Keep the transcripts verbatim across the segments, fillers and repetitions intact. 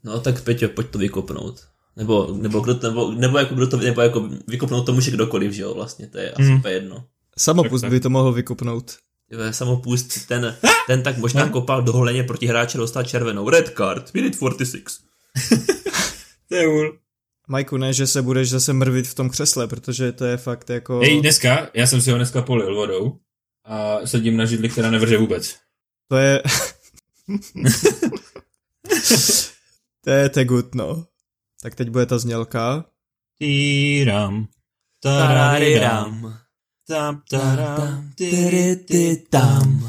No tak Peťo, pojď to vykopnout. Nebo, nebo, kdo, nebo, nebo, jako, kdo to, nebo jako vykopnout to může kdokoliv, že jo, vlastně, to je asi hmm. úplně jedno. Samopust by to mohl vykopnout. Samopust, ten, ten tak možná kopal do holeně proti hráče, dostal červenou. Red card, minute čtyřicet šest. To je úl. Majku, ne, že se budeš zase mrvit v tom křesle, protože to je fakt jako... Hej, dneska, já jsem si ho dneska polil vodou a sedím na židli, která nevrže vůbec. To je... to je tegut, no. Tak teď bude ta znělka. Týram. Tararidam. Tam, taram, Tam.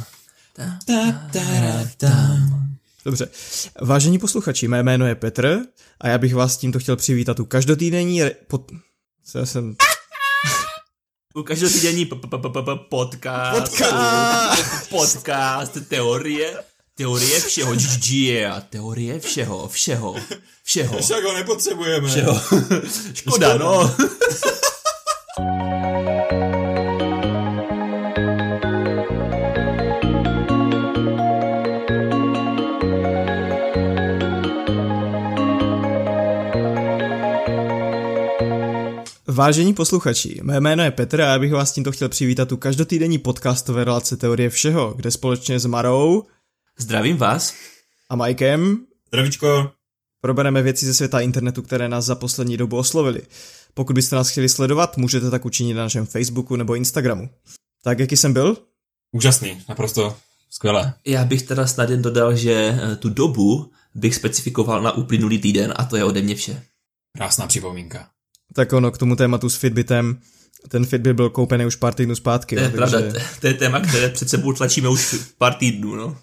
tam. Dobře. Vážení posluchači, mé jméno je Petr a já bych vás tímto chtěl přivítat u každotýdenní re... Pod... Co já jsem... U každotýdenní podcast. Podcast. Podcast. Teorie. Teorie všeho. Yeah. Teorie všeho. Všeho. Všeho. Však ho nepotřebujeme. Všeho. Škoda, no. Vážení posluchači, mé jméno je Petr a já bych vás tímto chtěl přivítat u každotýdenní podcastové relace Teorie všeho, kde společně s Marou Zdravím vás. A Majkem Zdravíčko. probereme věci ze světa internetu, které nás za poslední dobu oslovily. Pokud byste nás chtěli sledovat, můžete tak učinit na našem Facebooku nebo Instagramu. Tak jaký jsem byl? Úžasný, naprosto skvělé. Já bych teda snad jen dodal, že tu dobu bych specifikoval na uplynulý týden a to je ode mě vše. Krásná připomínka. Tak ono, k tomu tématu s Fitbitem, ten Fitbit byl koupený už pár týdnů zpátky. To je no, pravda, takže... to je téma, které před sebou tlačíme už pár týdnů, no.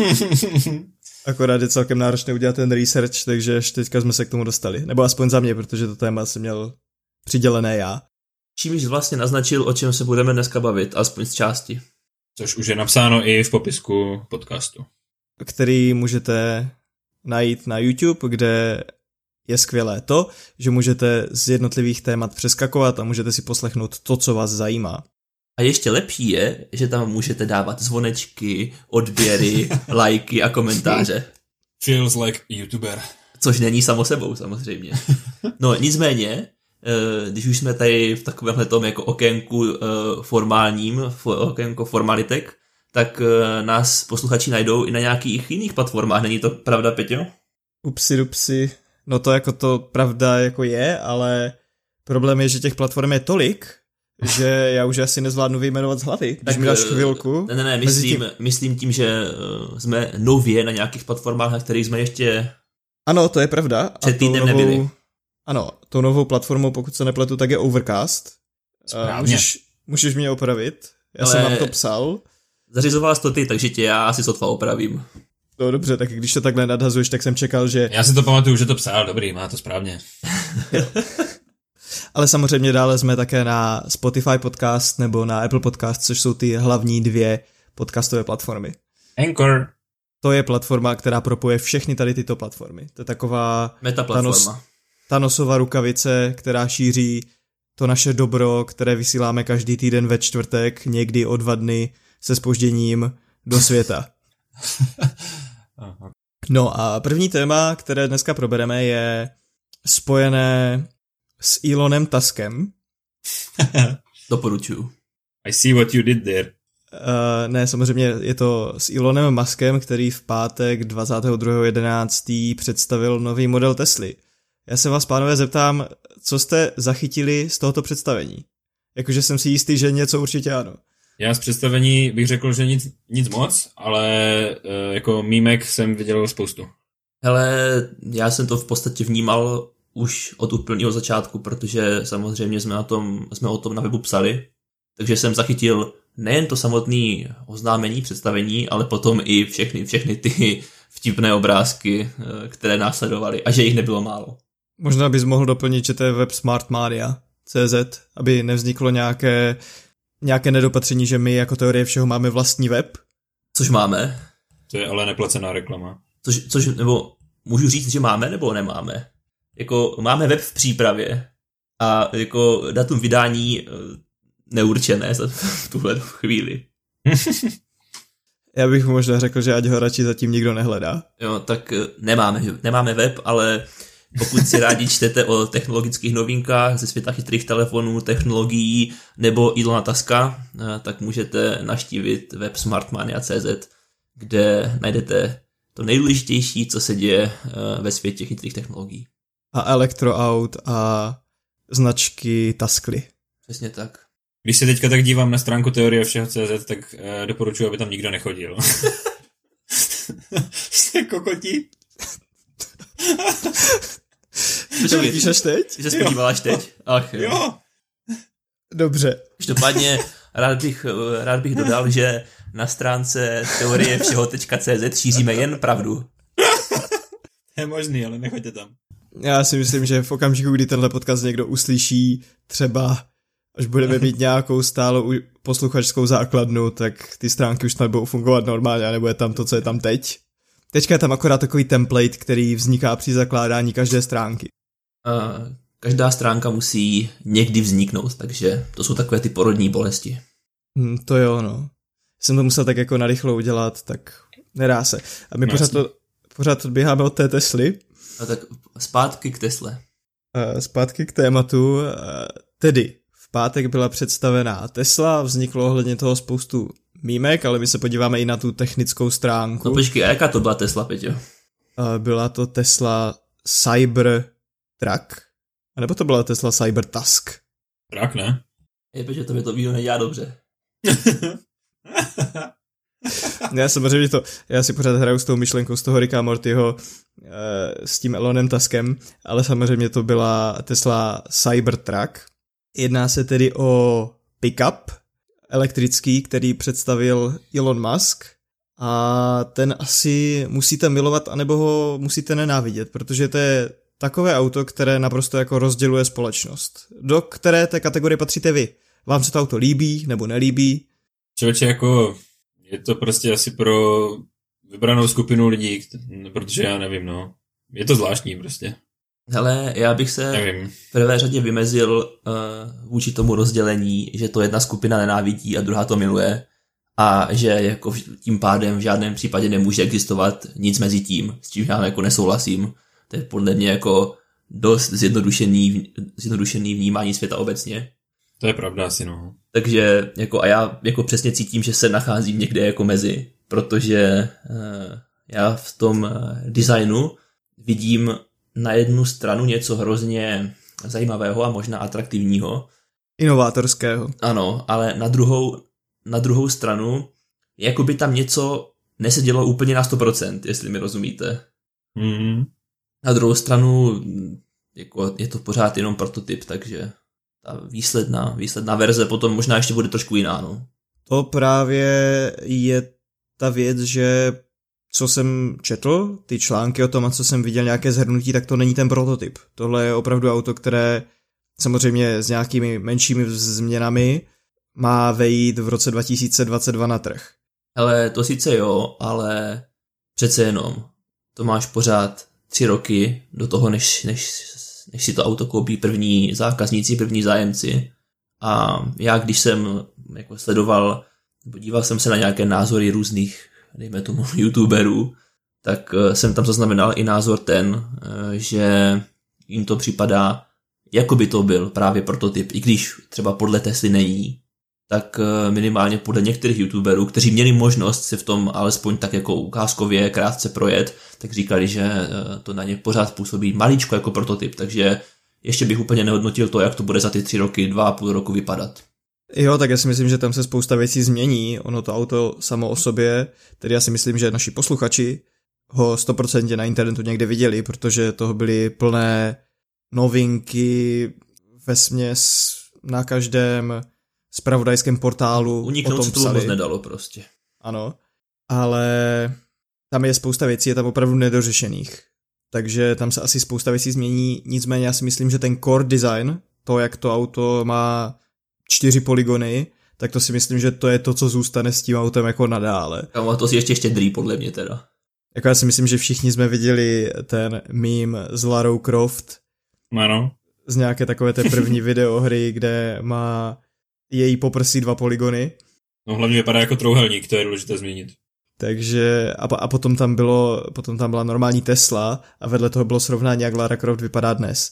Akorát je celkem náročné udělat ten research, takže až teďka jsme se k tomu dostali. Nebo aspoň za mě, protože to téma jsem měl přidělené já. Čímž vlastně naznačil, o čem se budeme dneska bavit, alespoň z části. Což už je napsáno i v popisku podcastu. Který můžete najít na YouTube, kde je skvělé to, že můžete z jednotlivých témat přeskakovat a můžete si poslechnout to, co vás zajímá. A ještě lepší je, že tam můžete dávat zvonečky, odběry, lajky a komentáře. Feels like YouTuber. Což není samo sebou, samozřejmě. No nicméně, když už jsme tady v takovémhle tom jako okénku formálním, okénko formalitek, tak nás posluchači najdou i na nějakých jiných platformách. Není to pravda, Peťo? Upsi dupsi. No to jako to pravda jako je, ale problém je, že těch platform je tolik, že já už asi nezvládnu vyjmenovat z hlavy. Když tak, mi dáš chvilku. Ne, ne, ne, myslím tím... myslím tím, že jsme nově na nějakých platformách, na kterých jsme ještě ano, to je pravda. před týdnem novou... nebyli. Ano, tou novou platformou, pokud se nepletu, tak je Overcast. Správně. Můžeš, můžeš mě opravit? Já Ale... jsem vám to psal. Zařizoval jsi to ty, takže tě já asi sotva opravím. No dobře, tak když to takhle nadhazuješ, tak jsem čekal, že... Já si to pamatuju, že to psal, dobrý, má to správně. Ale samozřejmě dále jsme také na Spotify podcast nebo na Apple podcast, což jsou ty hlavní dvě podcastové platformy. Anchor. To je platforma, která propoje všechny tady tyto platformy. To je taková Metaplatforma. Thanos, Thanosova rukavice, která šíří to naše dobro, které vysíláme každý týden ve čtvrtek, někdy o dva dny se zpožděním do světa. No a první téma, které dneska probereme, je spojené s Elonem Tuskem. Doporučuju. I see what you did there. Uh, ne, samozřejmě je to s Elonem Muskem, který v pátek dvacátého druhého jedenáctého představil nový model Tesly. Já se vás, pánové, zeptám, co jste zachytili z tohoto představení? Jakože jsem si jistý, že něco určitě ano. Já z představení bych řekl, že nic, nic moc, ale uh, jako mímek jsem viděl spoustu. Hele, já jsem to v podstatě vnímal už od úplného začátku, protože samozřejmě jsme, na tom, jsme o tom na webu psali, takže jsem zachytil nejen to samotné oznámení, představení, ale potom i všechny, všechny ty vtipné obrázky, které následovaly, a že jich nebylo málo. Možná bys mohl doplnit, že to je web smartmaria tečka cé zet, aby nevzniklo nějaké, nějaké nedopatření, že my jako Teorie všeho máme vlastní web. Což máme. To je ale neplacená reklama. Což, což nebo můžu říct, že máme nebo nemáme. Jako máme web v přípravě a jako datum vydání neurčené v tuhle chvíli. Já bych možná řekl, že ať ho radši zatím nikdo nehledá. Jo, tak nemáme, nemáme web, ale pokud si rádi čtete o technologických novinkách ze světa chytrých telefonů, technologií nebo Ilona Tuska, tak můžete navštívit web smartmania tečka cé zet, kde najdete to nejdůležitější, co se děje ve světě chytrých technologií. A elektroaut a značky Taskly. Přesně tak. Když se teďka tak dívám na stránku teorie všeho tečka cé zet, tak uh, doporučuji, aby tam nikdo nechodil. Jste kokotí? Co píšeš teď? Ty se podíval až teď? Ach, jo. jo. Dobře. Každopádně rád bych, rád bych dodal, že na stránce teorie všeho tečka cé zet šíříme jen pravdu. To je možný, ale nechoďte tam. Já si myslím, že v okamžiku, kdy tenhle podcast někdo uslyší, třeba až budeme mít nějakou stálou posluchačskou základnu, tak ty stránky už snad budou fungovat normálně a nebude tam to, co je tam teď. Teďka je tam akorát takový template, který vzniká při zakládání každé stránky. Uh, každá stránka musí někdy vzniknout, takže to jsou takové ty porodní bolesti. Hmm, to jo, no. Jsem to musel tak jako narychlo udělat, tak nedá se. A my no, pořád, to, pořád odběháme od té Tesly. A tak zpátky k Tesle. Uh, zpátky k tématu. Uh, tedy v pátek byla představená Tesla, vzniklo ohledně toho spoustu mímek, ale my se podíváme i na tu technickou stránku. No počkej, a jaká to byla Tesla, Peťo? Uh, byla to Tesla Cybertruck? A nebo to byla Tesla Cybertusk? Truck, ne? Je, Peťo, to mi to víno nedělá dobře. Já samozřejmě to, já si pořád hraju s tou myšlenkou z toho Ricka Mortyho e, s tím Elonem Tuskem, ale samozřejmě to byla Tesla Cybertruck. Jedná se tedy o pickup elektrický, který představil Elon Musk a ten asi musíte milovat, anebo ho musíte nenávidět, protože to je takové auto, které naprosto jako rozděluje společnost. Do které té kategorie patříte vy? Vám se to auto líbí nebo nelíbí? Člověče, jako je to prostě asi pro vybranou skupinu lidí, protože já nevím, no. Je to zvláštní prostě. Hele, já bych se nevím. v prvé řadě vymezil uh, vůči tomu rozdělení, že to jedna skupina nenávidí a druhá to miluje a že jako tím pádem v žádném případě nemůže existovat nic mezi tím, s čím já jako nesouhlasím. To je podle mě jako dost zjednodušený, zjednodušený vnímání světa obecně. To je pravda asi, no. Takže jako a já jako přesně cítím, že se nacházím někde jako mezi, protože uh, já v tom uh, designu vidím na jednu stranu něco hrozně zajímavého a možná atraktivního. Inovátorského. Ano, ale na druhou, na druhou stranu jako by tam něco nesedělo úplně na sto procent, jestli mi rozumíte. Mm-hmm. Na druhou stranu jako je to pořád jenom prototyp, takže ta výsledná, výsledná verze potom možná ještě bude trošku jiná. No. To právě je ta věc, že co jsem četl, ty články o tom a co jsem viděl nějaké shrnutí, tak to není ten prototyp. Tohle je opravdu auto, které samozřejmě s nějakými menšími změnami má vejít v roce dva tisíce dvacet dva na trh. Ale to sice jo, ale přece jenom to máš pořád tři roky do toho, než, než, než si to auto koupí první zákazníci, první zájemci. A já, když jsem jako sledoval, podíval jsem se na nějaké názory různých, dejme tomu, youtuberů, tak jsem tam zaznamenal i názor ten, že jim to připadá, jako by to byl právě prototyp, i když třeba podle Tesly není, tak minimálně podle některých youtuberů, kteří měli možnost se v tom alespoň tak jako ukázkově krátce projet, tak říkali, že to na ně pořád působí maličko jako prototyp, takže ještě bych úplně nehodnotil to, jak to bude za ty tři roky, dva a půl roku vypadat. Jo, tak já si myslím, že tam se spousta věcí změní, ono to auto samo o sobě, tedy já si myslím, že naši posluchači ho sto procent na internetu někde viděli, protože toho byly plné novinky vesměs na každém zpravodajském portálu. Uniknout se tomu moc nedalo prostě. Ano, ale tam je spousta věcí, je tam opravdu nedořešených, takže tam se asi spousta věcí změní, nicméně já si myslím, že ten core design, to jak to auto má čtyři polygony, tak to si myslím, že to je to, co zůstane s tím autem jako nadále. Kámo, to si ještě štědrý podle mě teda. Jako já si myslím, že všichni jsme viděli ten meme z Larou Croft. Ano. Z nějaké takové té první videohry, kde má její poprsí dva polygony. No hlavně vypadá jako trouhelník, to je důležité zmínit. Takže a, a potom tam bylo, potom tam byla normální Tesla a vedle toho bylo srovnání, jak Lara Croft vypadá dnes.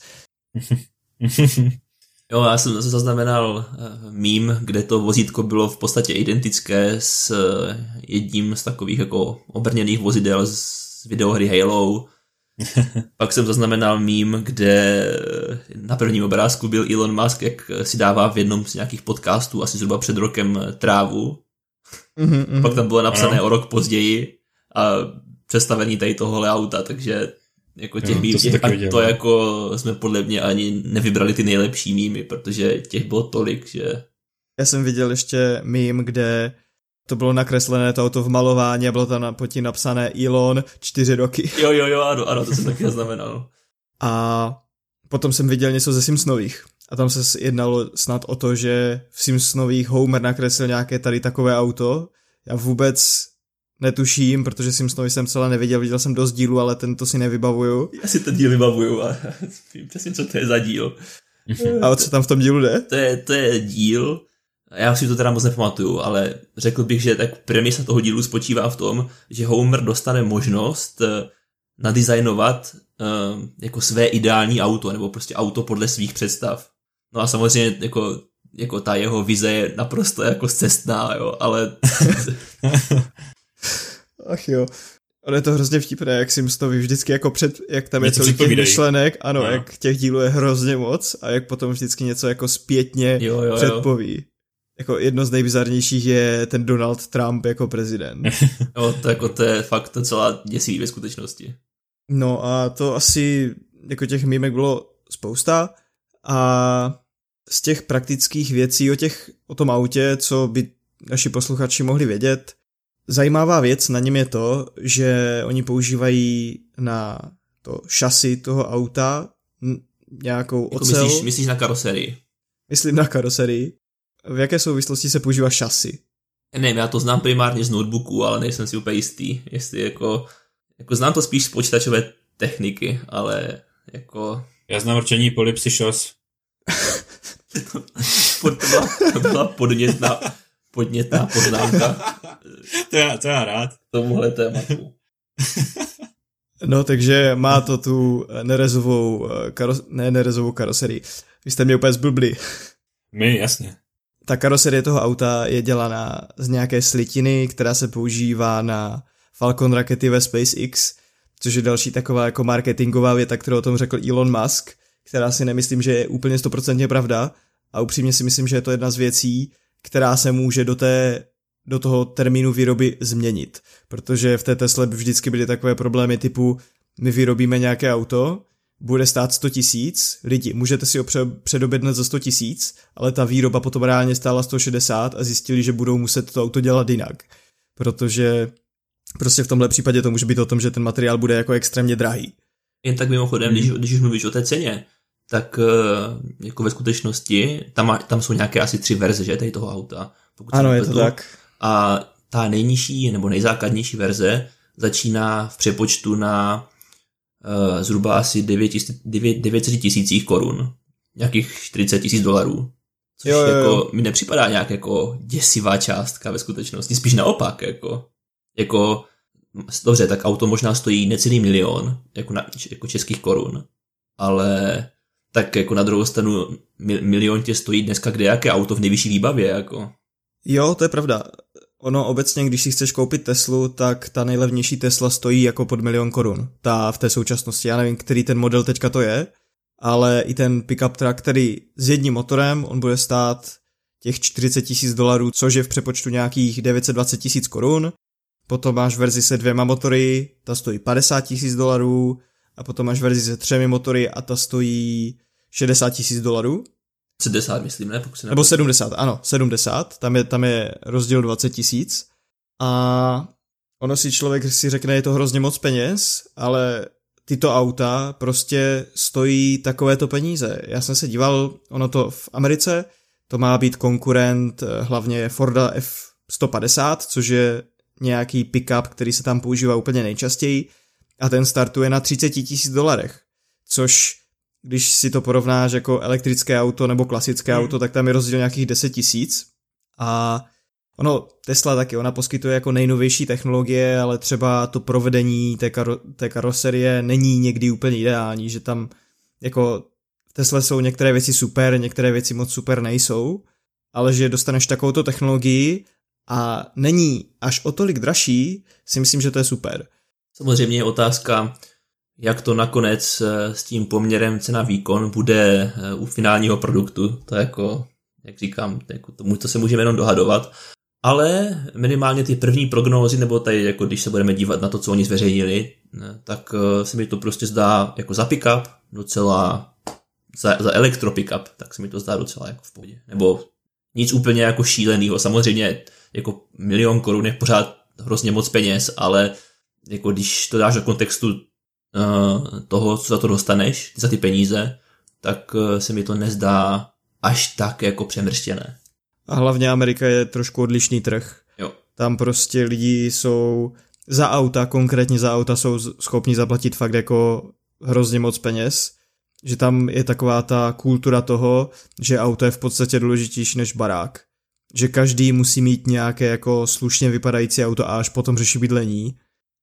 Jo, já jsem zaznamenal meme, kde to vozítko bylo v podstatě identické s jedním z takových jako obrněných vozidel z videohry Halo. Pak jsem zaznamenal meme, kde na prvním obrázku byl Elon Musk, jak si dává v jednom z nějakých podcastů asi zhruba před rokem trávu. Mm-hmm, mm-hmm. Pak tam bylo napsané ano. o rok později a představení tady tohohle auta, takže jako těch, jo, mým, to, těch, a to jako jsme podle mě ani nevybrali ty nejlepší mýmy, protože těch bylo tolik, že... Já jsem viděl ještě mím, kde to bylo nakreslené to auto v malování a bylo tam pod tím napsané Elon čtyři roky. Jo, jo, jo, ano, ano, to jsem taky zaznamenal. A potom jsem viděl něco ze Simpsonových. A tam se jednalo snad o to, že v Simpsonových Homer nakreslil nějaké tady takové auto. Já vůbec netuším, protože Simpsonovi jsem celé neviděl, viděl jsem dost dílů, ale tento si nevybavuju. Já si ten díl vybavuju a vím přesně, co to je za díl. A o co tam v tom dílu jde? To je, to je díl, já si to teda moc nepamatuju, ale řekl bych, že tak premisa toho dílu spočívá v tom, že Homer dostane možnost nadizajnovat uh, jako své ideální auto, nebo prostě auto podle svých představ. No a samozřejmě jako, jako ta jeho vize je naprosto jako scestná, jo, ale... Ach jo. Ale je to hrozně vtipné, jak Simpsonovi vždycky jako před, jak tam je celý těch myšlenek, ano, no. Jak těch dílů je hrozně moc a jak potom vždycky něco jako zpětně jo, jo, předpoví. Jo. Jako jedno z nejbizarnějších je ten Donald Trump jako prezident. Jo, to, jako to je fakt docela děsivý ve skutečnosti. No a to asi jako těch mýmek bylo spousta a z těch praktických věcí o, těch, o tom autě, co by naši posluchači mohli vědět, zajímavá věc na něm je to, že oni používají na to šasi toho auta nějakou jako ocel. Myslíš, myslíš na karoserii? Myslím na karoserii. V jaké souvislosti se používá šasi? Nevím, já to znám primárně z notebooku, ale nejsem si úplně jistý, jestli jako, jako znám to spíš z počítačové techniky, ale jako... Já znám určení polipsy šos. to, byla, to byla podnětná, podnětná poznámka. to, já, to já rád. Tomuhle tématu. No, takže má to tu nerezovou, karos, ne nerezovou karoserii. Vy jste mě úplně zblbli. My, jasně. Ta karoserie toho auta je dělaná z nějaké slitiny, která se používá na Falcon rakety ve SpaceX, což je další taková jako marketingová věta, kterou o tom řekl Elon Musk, která si nemyslím, že je úplně stoprocentně pravda a upřímně si myslím, že je to jedna z věcí, která se může do, té, do toho termínu výroby změnit, protože v té Tesle vždycky byly takové problémy typu my vyrobíme nějaké auto, bude stát sto tisíc, lidi, můžete si ho předobjednat za sto tisíc, ale ta výroba potom reálně stála sto šedesát a zjistili, že budou muset to auto dělat jinak, protože prostě v tomhle případě to může být o tom, že ten materiál bude jako extrémně drahý. Jen tak mimochodem, hmm. když, když už mluvíš o té ceně, tak jako ve skutečnosti tam, tam jsou nějaké asi tři verze, že, tady toho auta. Ano, je to tak. A ta nejnižší nebo nejzákladnější verze začíná v přepočtu na uh, zhruba asi devět set tisících korun. Nějakých čtyřicet tisíc dolarů. Což jo, jo, jo. Jako mi nepřipadá nějak jako děsivá částka ve skutečnosti. Spíš naopak, jako, jako dobře, tak auto možná stojí necelý milion, jako, na, jako českých korun, ale tak jako na druhou stranu milion tě stojí dneska kdejaké auto v nejvyšší výbavě, jako. Jo, to je pravda. Ono obecně, když si chceš koupit Teslu, tak ta nejlevnější Tesla stojí jako pod milion korun. Ta v té současnosti, já nevím, který ten model teďka to je, ale i ten pickup truck, který s jedním motorem, on bude stát těch čtyřicet tisíc dolarů, což je v přepočtu nějakých devět set dvacet tisíc korun. Potom máš verzi se dvěma motory, ta stojí padesát tisíc dolarů, a potom máš verzi se třemi motory a ta stojí šedesát tisíc dolarů. sedmdesát, myslím, ne? Pokud se Nebo sedmdesát, ano, sedmdesát, tam je, tam je rozdíl dvacet tisíc. A ono si člověk si řekne, je to hrozně moc peněz, ale tyto auta prostě stojí takovéto peníze. Já jsem se díval, ono to v Americe, to má být konkurent hlavně Forda F sto padesát, což je nějaký pickup, který se tam používá úplně nejčastěji a ten startuje na třicet tisíc dolarech, což když si to porovnáš jako elektrické auto nebo klasické hmm. auto, tak tam je rozdíl nějakých deset tisíc a Ono, Tesla taky, ona poskytuje jako nejnovější technologie, ale třeba to provedení té, karo, té karoserie není někdy úplně ideální, že tam jako v Tesle jsou některé věci super, některé věci moc super nejsou, ale že dostaneš takovouto technologii a není až o tolik dražší, si myslím, že to je super. Samozřejmě je otázka, jak to nakonec s tím poměrem cena-výkon bude u finálního produktu. To jako, jak říkám, jako tomu to se můžeme jenom dohadovat. Ale minimálně ty první prognózy, nebo tady, jako když se budeme dívat na to, co oni zveřejnili, tak se mi to prostě zdá jako za pick-up docela, za, za elektro pick-up, tak se mi to zdá docela jako v pohodě. Nebo nic úplně jako šílenýho. Samozřejmě jako milion korun je pořád hrozně moc peněz, ale jako když to dáš do kontextu uh, toho, co za to dostaneš, za ty peníze, tak uh, se mi to nezdá až tak jako přemrštěné. A hlavně Amerika je trošku odlišný trh. Jo. Tam prostě lidi jsou za auta, konkrétně za auta jsou schopni zaplatit fakt jako hrozně moc peněz. Že tam je taková ta kultura toho, že auto je v podstatě důležitější než barák. Že každý musí mít nějaké jako slušně vypadající auto a až potom řeší bydlení.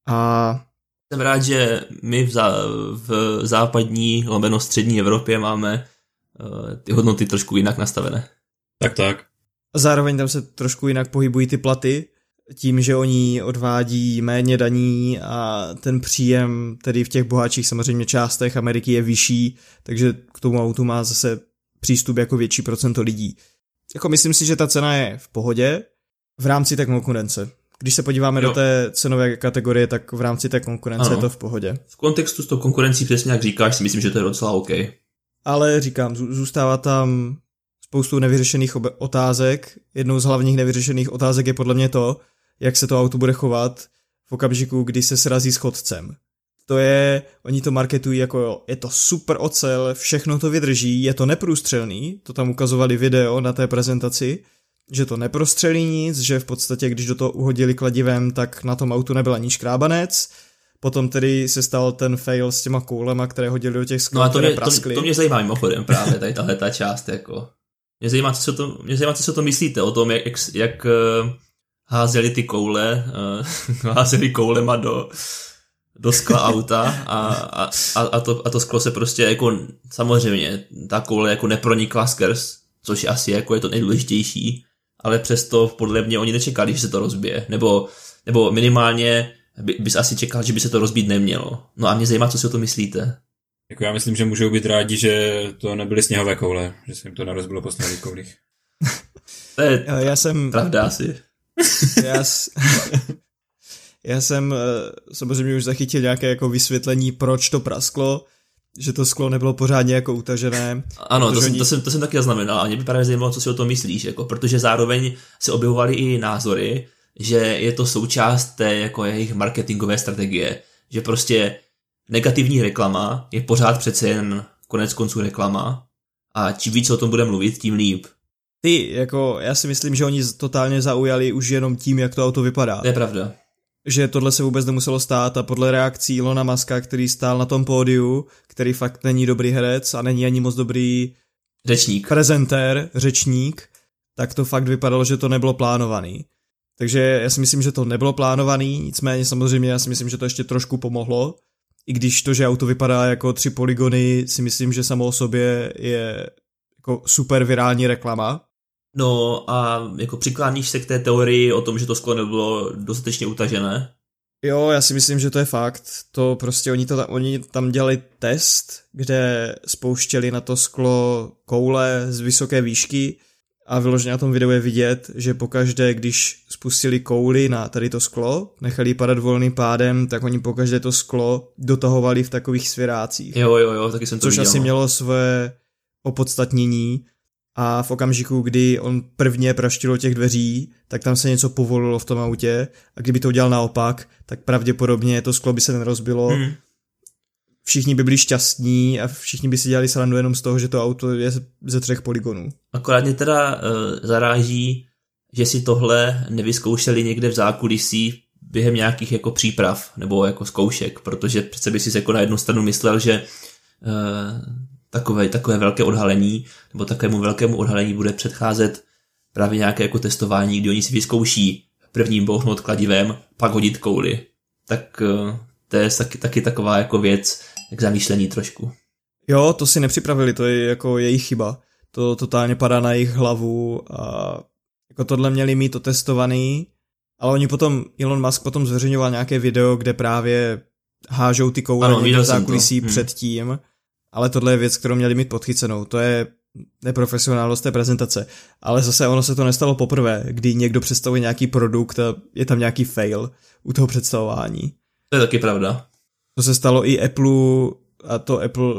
A jsem rád, že my v, zá, v západní, lomeno střední Evropě máme uh, ty hodnoty trošku jinak nastavené. Tak, tak. Zároveň tam se trošku jinak pohybují ty platy, tím, že oni odvádí méně daní a ten příjem tedy v těch bohatších samozřejmě částech Ameriky je vyšší, takže k tomu autu má zase přístup jako větší procento lidí. Jako myslím si, že ta cena je v pohodě v rámci té konkurence. Když se podíváme jo. do té cenové kategorie, tak v rámci té konkurence ano. je to v pohodě. V kontextu s tou konkurencí přesně jak říkáš, si myslím, že to je docela OK. Ale říkám, zůstává tam spoustu nevyřešených otázek. Jednou z hlavních nevyřešených otázek je podle mě to, jak se to auto bude chovat v okamžiku, kdy se srazí s chodcem. To je, oni to marketují jako jo, je to super ocel, všechno to vydrží, je to neprůstřelný, to tam ukazovali video na té prezentaci, že to neprostřelí nic, že v podstatě, když do toho uhodili kladivem, tak na tom autu nebyl ani škrábanec. Potom tedy se stal ten fail s těma koulema, které hodili do těch sklů, no které mě, praskly. To, to mě zajímá mimochodem právě, tady tahle ta část, jako. Mě zajímá, co to, mě zajímá, co to myslíte o tom, jak, jak, jak uh, házeli ty koule, uh, házeli koulema do, do skla auta a, a, a, a, to, a to sklo se prostě jako, samozřejmě, ta koule jako nepronikla skrz, což asi jako je to nejdůležitější, ale přesto podle mě oni nečekali, že se to rozbije, nebo, nebo minimálně by, bys asi čekal, že by se to rozbít nemělo. No a mě zajímá, co si o to myslíte. Jako já myslím, že můžou být rádi, že to nebyly sněhové koule, že se jim to nerozbilo po sněhových koulích. To je já jsem... pravda asi. Já, já jsem samozřejmě už zachytil nějaké jako vysvětlení, proč to prasklo, že to sklo nebylo pořádně jako utažené. Ano, to jsem, to, jsem, to jsem taky zaznamenal a mě by právě zajímalo, co si o tom myslíš, jako, protože zároveň se objevovaly i názory, že je to součást té jako jejich marketingové strategie, že prostě negativní reklama je pořád přece jen konec konců reklama a čím víc o tom bude mluvit, tím líp. Ty, jako já si myslím, že oni totálně zaujali už jenom tím, jak to auto vypadá. To je pravda. Že tohle se vůbec nemuselo stát a podle reakcí Elona Muska, který stál na tom pódiu, který fakt není dobrý herec a není ani moc dobrý řečník. prezentér, řečník, tak to fakt vypadalo, že to nebylo plánovaný. Takže já si myslím, že to nebylo plánovaný, nicméně samozřejmě já si myslím, že to ještě trošku pomohlo. I když to, že auto vypadá jako tři polygony, si myslím, že samo o sobě je jako super virální reklama. No a jako přikláníš se k té teorii o tom, že to sklo nebylo dostatečně utažené? Jo, já si myslím, že to je fakt. To prostě oni, to, oni tam dělali test, kde spouštěli na to sklo koule z vysoké výšky a vyloženě na tom videu je vidět, že pokaždé, když spustili kouli na tady to sklo, nechali padat volným pádem, tak oni pokaždé to sklo dotahovali v takových svěrácích. Jo, jo, jo, taky jsem to Což viděl. asi mělo své opodstatnění a v okamžiku, kdy on prvně praštilo těch dveří, tak tam se něco povolilo v tom autě a kdyby to udělal naopak, tak pravděpodobně to sklo by se nerozbilo. Hmm. Všichni by byli šťastní a všichni by si dělali srandu jenom z toho, že to auto je ze třech polygonů. Akorát mě teda uh, zaráží, že si tohle nevyzkoušeli někde v zákulisí během nějakých jako příprav nebo jako zkoušek, protože přece by si jako na jednu stranu myslel, že uh, takové, takové velké odhalení nebo takovému velkému odhalení bude předcházet právě nějaké jako testování, kdy oni si vyzkouší prvním bouchnout kladivem, pak hodit kouli. Tak to je taky, taky taková jako věc k zamýšlení trošku. Jo, to si nepřipravili, to je jako jejich chyba. To totálně padá na jejich hlavu a jako tohle měli mít otestovaný, ale oni potom, Elon Musk potom zveřejňoval nějaké video, kde právě hážou ty koule někde v zákulisí hmm. předtím, ale tohle je věc, kterou měli mít podchycenou. To je neprofesionálnost té prezentace. Ale zase ono se to nestalo poprvé, kdy někdo představuje nějaký produkt a je tam nějaký fail u toho představování. To je taky pravda. To se stalo i Apple a to Apple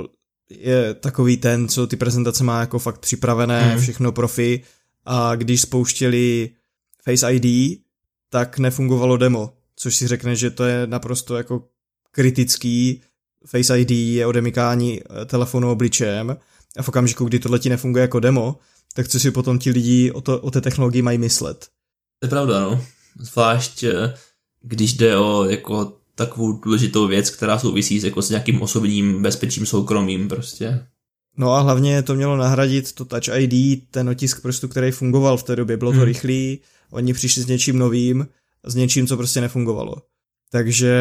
je takový ten, co ty prezentace má jako fakt připravené, hmm. všechno profi a když spouštěli Face I D, tak nefungovalo demo, což si řekne, že to je naprosto jako kritický. Face I D je odemykání telefonu obličejem a v okamžiku, kdy tohle ti nefunguje jako demo, tak co si potom ti lidi o, to, o té technologii mají myslet? To je pravda, no. Zvlášť když jde o jako takovou důležitou věc, která souvisí s, jako s nějakým osobním bezpečím soukromím prostě. No a hlavně to mělo nahradit to Touch I D, ten otisk prstu, který fungoval v té době. Bylo to hmm. rychlý, oni přišli s něčím novým, s něčím, co prostě nefungovalo. Takže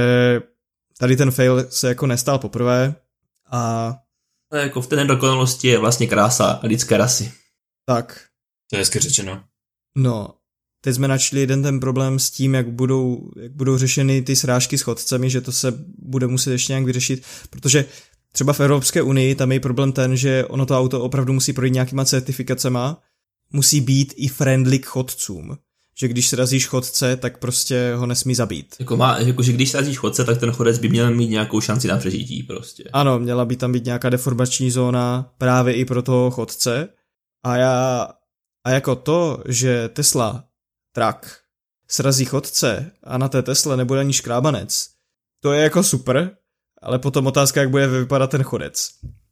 tady ten fail se jako nestal poprvé a... No, jako v té nedokonalosti je vlastně krása lidské rasy. Tak. To je hezky řečeno. No, teď jsme načli jeden ten problém s tím, jak budou, jak budou řešeny ty srážky s chodcemi, že to se bude muset ještě nějak vyřešit, protože třeba v Evropské unii tam je problém ten, že ono to auto opravdu musí projít nějakýma certifikacema, musí být i friendly k chodcům. Že když srazíš chodce, tak prostě ho nesmí zabít. Jako má, jako, že když srazíš chodce, tak ten chodec by měl mít nějakou šanci na přežití prostě. Ano, měla by tam být nějaká deformační zóna právě i pro toho chodce. A já, a jako to, že Tesla Truck srazí chodce a na té Tesle nebude ani škrábanec, to je jako super, ale potom otázka, jak bude vypadat ten chodec.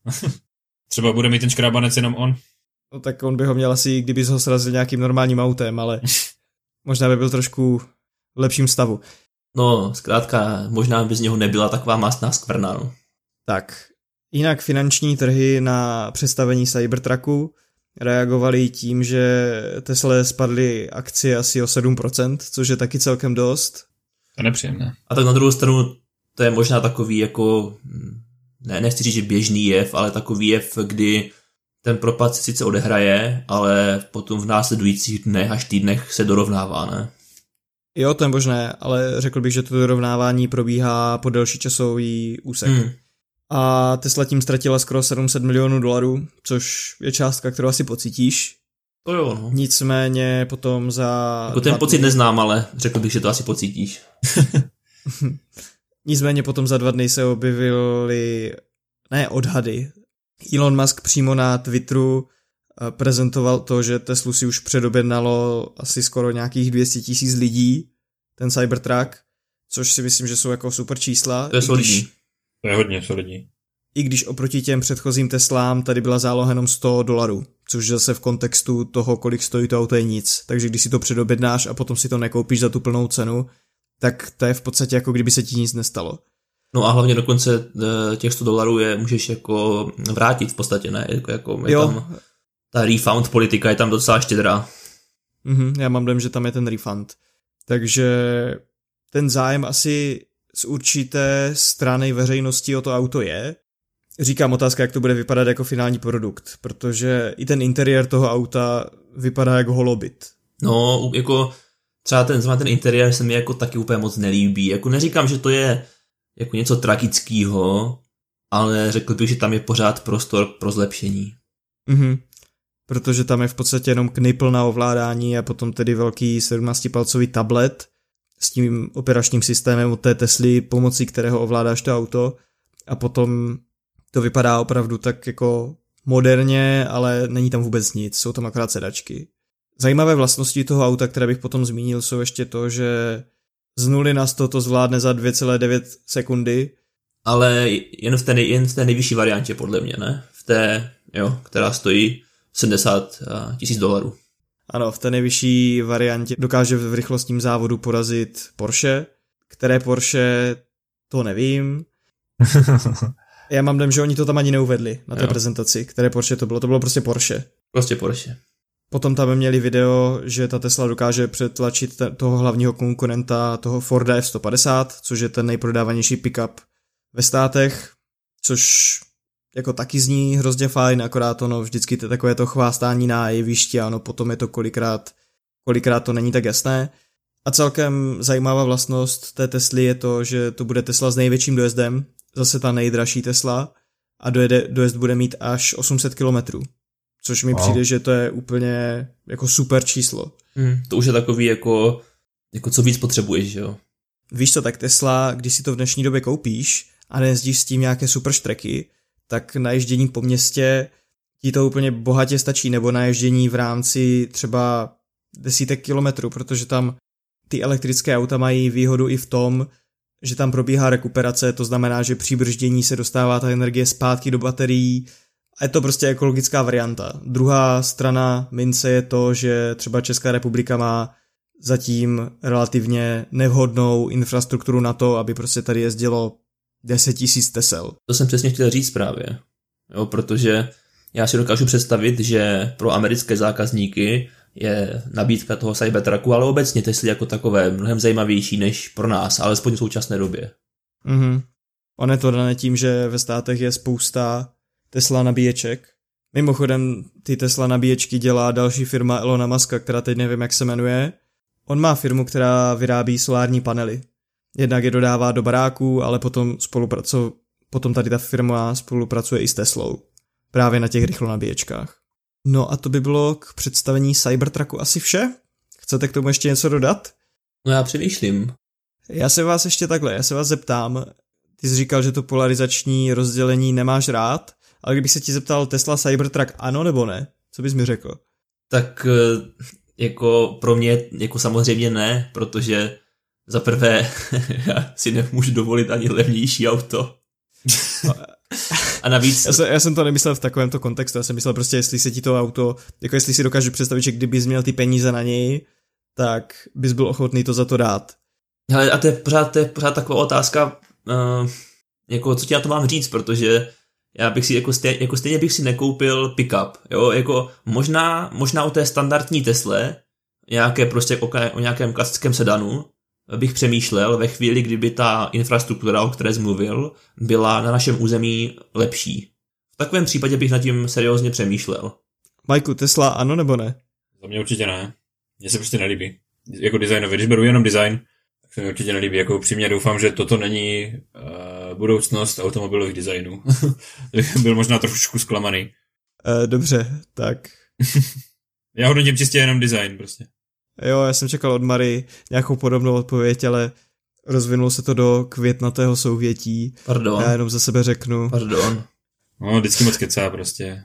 Třeba bude mít ten škrábanec jenom on? No tak on by ho měl asi, kdyby ho srazil nějakým normálním autem, ale možná by byl trošku v lepším stavu. No, zkrátka, možná by z něho nebyla taková mastná skvrna, no. Tak, jinak finanční trhy na představení Cybertrucku reagovali tím, že Tesla spadly akcie asi o sedm procent, což je taky celkem dost. To je nepříjemné. A tak na druhou stranu to je možná takový jako, ne, nechci říct, že běžný jev, ale takový jev, kdy ten propad se sice odehraje, ale potom v následujících dnech až týdnech se dorovnává, ne? Jo, to je možné, ale řekl bych, že to dorovnávání probíhá po delší časový úsek. Hmm. A Tesla tím ztratila skoro sedm set milionů dolarů, což je částka, kterou asi pocítíš. To jo, no. Nicméně potom za... Jako ten pocit dny... neznám, ale řekl bych, že to asi pocítíš. Nicméně potom za dva dny se objevily, ne odhady, Elon Musk přímo na Twitteru prezentoval to, že Teslu si už předobjednalo asi skoro nějakých dvě stě tisíc lidí, ten Cybertruck, což si myslím, že jsou jako super čísla. To je solidní. To je hodně solidní. I když oproti těm předchozím Teslám tady byla záloha jenom sto dolarů, což zase v kontextu toho, kolik stojí to auto, je nic. Takže když si to předobjednáš a potom si to nekoupíš za tu plnou cenu, tak to je v podstatě jako kdyby se ti nic nestalo. No a hlavně dokonce těch sto dolarů je můžeš jako vrátit v podstatě, ne? Jako, jako je jo. Tam, ta refund politika je tam docela štědrá. Mhm, já mám dojem, že tam je ten refund. Takže ten zájem asi z určité strany veřejnosti o to auto je. Říkám, otázka, jak to bude vypadat jako finální produkt, protože i ten interiér toho auta vypadá jako holobit. No, jako třeba ten, ten interiér se mi jako taky úplně moc nelíbí. Jako neříkám, že to je jako něco tragického, ale řekl bych, že tam je pořád prostor pro zlepšení. Mhm, protože tam je v podstatě jenom knipl na ovládání a potom tedy velký sedmnáctipalcový tablet s tím operačním systémem od té Tesly, pomocí kterého ovládáš to auto a potom to vypadá opravdu tak jako moderně, ale není tam vůbec nic, jsou tam akorát sedačky. Zajímavé vlastnosti toho auta, které bych potom zmínil, jsou ještě to, že z nuly na sto to zvládne za dvě celé devět sekundy. Ale jen v té, jen v té nejvyšší variantě, podle mě, ne? V té, jo, která stojí sedmdesát tisíc dolarů. Ano, v té nejvyšší variantě dokáže v rychlostním závodu porazit Porsche, které Porsche, to nevím. Já mám dojem, že oni to tam ani neuvedli na té jo. prezentaci, které Porsche to bylo, to bylo prostě Porsche. Prostě Porsche. Potom tam měli video, že ta Tesla dokáže přetlačit te- toho hlavního konkurenta, toho Forda F sto padesát, což je ten nejprodávanější pickup ve státech, což jako taky zní hrozně fajn, akorát ono vždycky to takové to chvástání na jevišti a ono potom je to kolikrát, kolikrát to není tak jasné. A celkem zajímavá vlastnost té Tesly je to, že to bude Tesla s největším dojezdem, zase ta nejdražší Tesla a dojede, dojezd bude mít až osm set kilometrů. Což mi wow. přijde, že to je úplně jako super číslo. Hmm, to už je takový jako, jako co víc potřebuješ, jo? Víš co, tak Tesla, když si to v dnešní době koupíš a nejezdíš s tím nějaké super štreky, tak na ježdění po městě ti to úplně bohatě stačí, nebo na ježdění v rámci třeba desítek kilometrů, protože tam ty elektrické auta mají výhodu i v tom, že tam probíhá rekuperace, to znamená, že při brždění se dostává ta energie zpátky do baterií a je to prostě ekologická varianta. Druhá strana mince je to, že třeba Česká republika má zatím relativně nevhodnou infrastrukturu na to, aby prostě tady jezdilo deset tisíc Tesel. To jsem přesně chtěl říct právě, jo, protože já si dokážu představit, že pro americké zákazníky je nabídka toho Cybertrucku, ale obecně Tesly jako takové mnohem zajímavější než pro nás, alespoň v současné době. Mhm. On je to dané tím, že ve státech je spousta Tesla nabíječek. Mimochodem ty Tesla nabíječky dělá další firma Elona Muska, která teď nevím, jak se jmenuje. On má firmu, která vyrábí solární panely. Jednak je dodává do baráků, ale potom, spolupracu... potom tady ta firma spolupracuje i s Teslou. Právě na těch rychlonabíječkách. No a to by bylo k představení Cybertrucku asi vše? Chcete k tomu ještě něco dodat? No já přemýšlím. Já se vás ještě takhle, já se vás zeptám, ty jsi říkal, že to polarizační rozdělení nemáš rád, ale kdybych se ti zeptal Tesla Cybertruck ano nebo ne, co bys mi řekl? Tak jako pro mě jako samozřejmě ne, protože za prvé já si nemůžu dovolit ani levnější auto. A navíc... Já jsem, já jsem to nemyslel v takovémto kontextu, já jsem myslel prostě, jestli se ti to auto, jako jestli si dokážu představit, že kdybys měl ty peníze na něj, tak bys byl ochotný to za to dát. Hele, a to je pořád, to je pořád taková otázka, uh, jako co ti na to mám říct, protože já bych si, jako stejně, jako stejně bych si nekoupil pick-up, jo, jako možná, možná o té standardní Tesle, nějaké prostě o, o nějakém klasickém sedanu, bych přemýšlel ve chvíli, kdyby ta infrastruktura, o které jsi mluvil, byla na našem území lepší. V takovém případě bych nad tím seriózně přemýšlel. Majku, Tesla ano nebo ne? Za mě určitě ne. Mně se prostě nelíbí. Jako designově, když beru jenom design, tak se mi určitě nelíbí. Jako upřímně doufám, že toto není uh, budoucnost automobilových designů. Byl možná trošku zklamaný. Uh, dobře, tak. Já hodnotím čistě jenom design prostě. Jo, já jsem čekal od Mary nějakou podobnou odpověď, ale rozvinulo se to do květnatého souvětí. Pardon. Já jenom za sebe řeknu. Pardon. No, vždycky moc kecá prostě.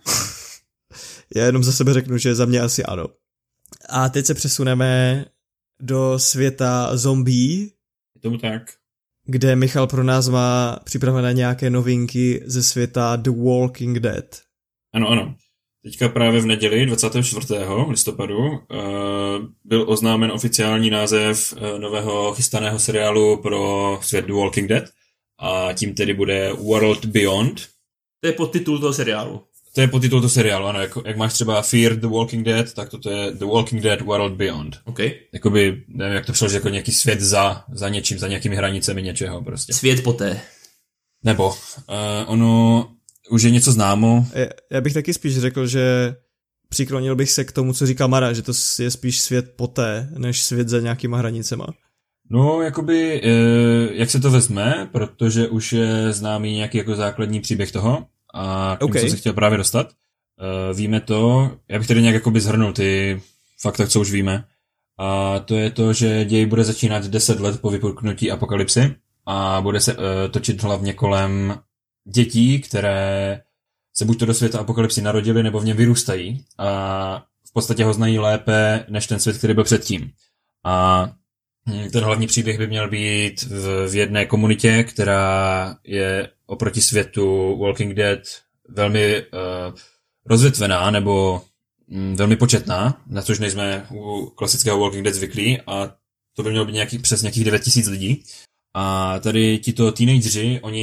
Já jenom za sebe řeknu, že za mě asi ano. A teď se přesuneme do světa zombie. Je tomu tak. Kde Michal pro nás má připravené nějaké novinky ze světa The Walking Dead. Ano, ano. Teďka právě v neděli dvacátého čtvrtého listopadu uh, byl oznámen oficiální název uh, nového chystaného seriálu pro svět The Walking Dead a tím tedy bude World Beyond. To je podtitul toho seriálu. To je podtitul toho seriálu, ano. Jak, jak máš třeba Fear the Walking Dead, tak toto je The Walking Dead World Beyond. OK. Jakoby, nevím, jak to přeložit, jako nějaký svět za, za něčím, za nějakými hranicemi něčeho prostě. Svět poté. Nebo uh, ono... Už je něco známo. Já bych taky spíš řekl, že přiklonil bych se k tomu, co říká Mara, že to je spíš svět poté, než svět za nějakýma hranicema. No, jakoby, jak se to vezme, protože už je známý nějaký jako základní příběh toho a k tomu okay. jsem se chtěl právě dostat. Víme to, já bych tady nějak jakoby zhrnul ty fakta, co už víme. A to je to, že děj bude začínat deset let po vypuknutí apokalypsy a bude se točit hlavně kolem dětí, které se buď to do světa apokalypsy narodily, nebo v něm vyrůstají a v podstatě ho znají lépe než ten svět, který byl předtím. A ten hlavní příběh by měl být v, v jedné komunitě, která je oproti světu Walking Dead velmi uh, rozvětvená nebo um, velmi početná, na což nejsme u klasického Walking Dead zvyklí a to by mělo být nějaký, přes nějakých devět tisíc lidí. A tady tito teenageři, oni v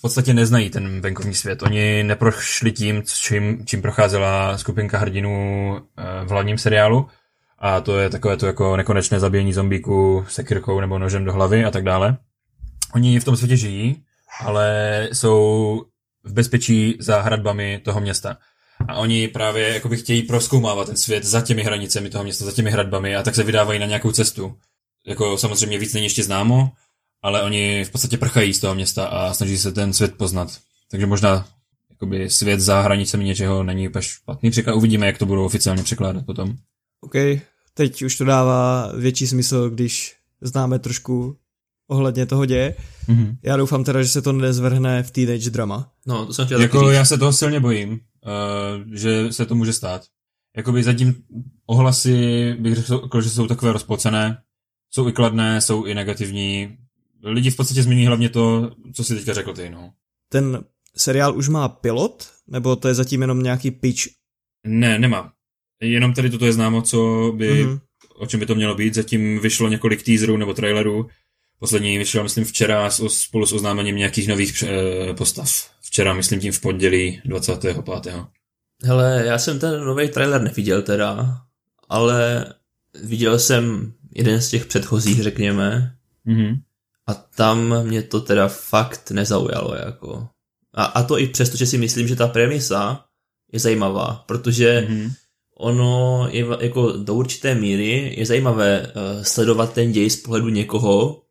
podstatě neznají ten venkovní svět. Oni neprošli tím, čím, čím procházela skupinka hrdinů v hlavním seriálu. A to je takové to jako nekonečné zabíjení zombíků sekyrkou nebo nožem do hlavy a tak dále. Oni v tom světě žijí, ale jsou v bezpečí za hradbami toho města. A oni právě jakoby chtějí prozkoumávat ten svět za těmi hranicemi toho města, za těmi hradbami a tak se vydávají na nějakou cestu. Jako samozřejmě víc není ještě známo, ale oni v podstatě prchají z toho města a snaží se ten svět poznat. Takže možná jakoby svět za hranicemi něčeho není úplně špatný překlad. Uvidíme, jak to budou oficiálně překládat potom. OK, teď už to dává větší smysl, když známe trošku ohledně toho děje. Mm-hmm. Já doufám teda, že se to nezvrhne v teenage drama. No, to jsem chtěl jako já se toho silně bojím, uh, že se to může stát. Jakoby zatím ohlasy, bych řekl, že jsou takové rozpocené, jsou i kladné, jsou i negativní. Lidi v podstatě změní hlavně to, co si teďka řekl ty, no. Ten seriál už má pilot? Nebo to je zatím jenom nějaký pitch? Ne, nemá. Jenom tady toto je známo, co by, mm-hmm. o čem by to mělo být. Zatím vyšlo několik teaserů nebo trailerů. Poslední vyšel, myslím, včera spolu s oznámením nějakých nových e, postav. Včera, myslím, tím v pondělí dvacátého pátého Hele, já jsem ten nový trailer neviděl teda, ale viděl jsem jeden z těch předchozích, řekněme. Mm-hmm. A tam mě to teda fakt nezaujalo, jako. A, a to i přesto, že si myslím, že ta premisa je zajímavá, protože mm-hmm. ono je jako do určité míry je zajímavé uh, sledovat ten děj z pohledu někoho, uh,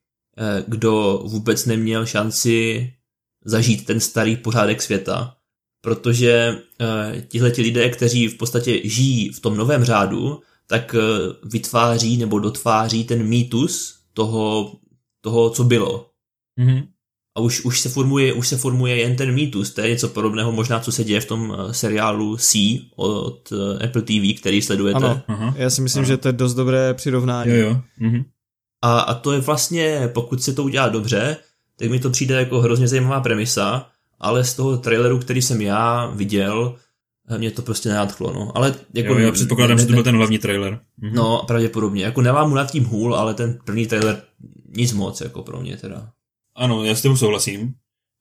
kdo vůbec neměl šanci zažít ten starý pořádek světa, protože uh, tihleti lidé, kteří v podstatě žijí v tom novém řádu, tak uh, vytváří nebo dotváří ten mýtus toho, toho co bylo. Mm-hmm. A už, už, se formuje, už se formuje jen ten mýtus, to je něco podobného možná, co se děje v tom seriálu C od Apple T V, který sledujete. Ano, aha. Já si myslím, ano. že to je dost dobré přirovnání. Jo, jo. Mhm. A, a to je vlastně, pokud se to udělá dobře, tak mi to přijde jako hrozně zajímavá premisa, ale z toho traileru, který jsem já viděl, mě to prostě nenadchlo, no. Ale jako jo, já předpokládám, ne, že to byl ten hlavní trailer. Mhm. No, pravděpodobně. Jako nemám mu nad tím hůl, ale ten první trailer nic moc, jako pro mě teda. Ano, já s tím souhlasím. Uh,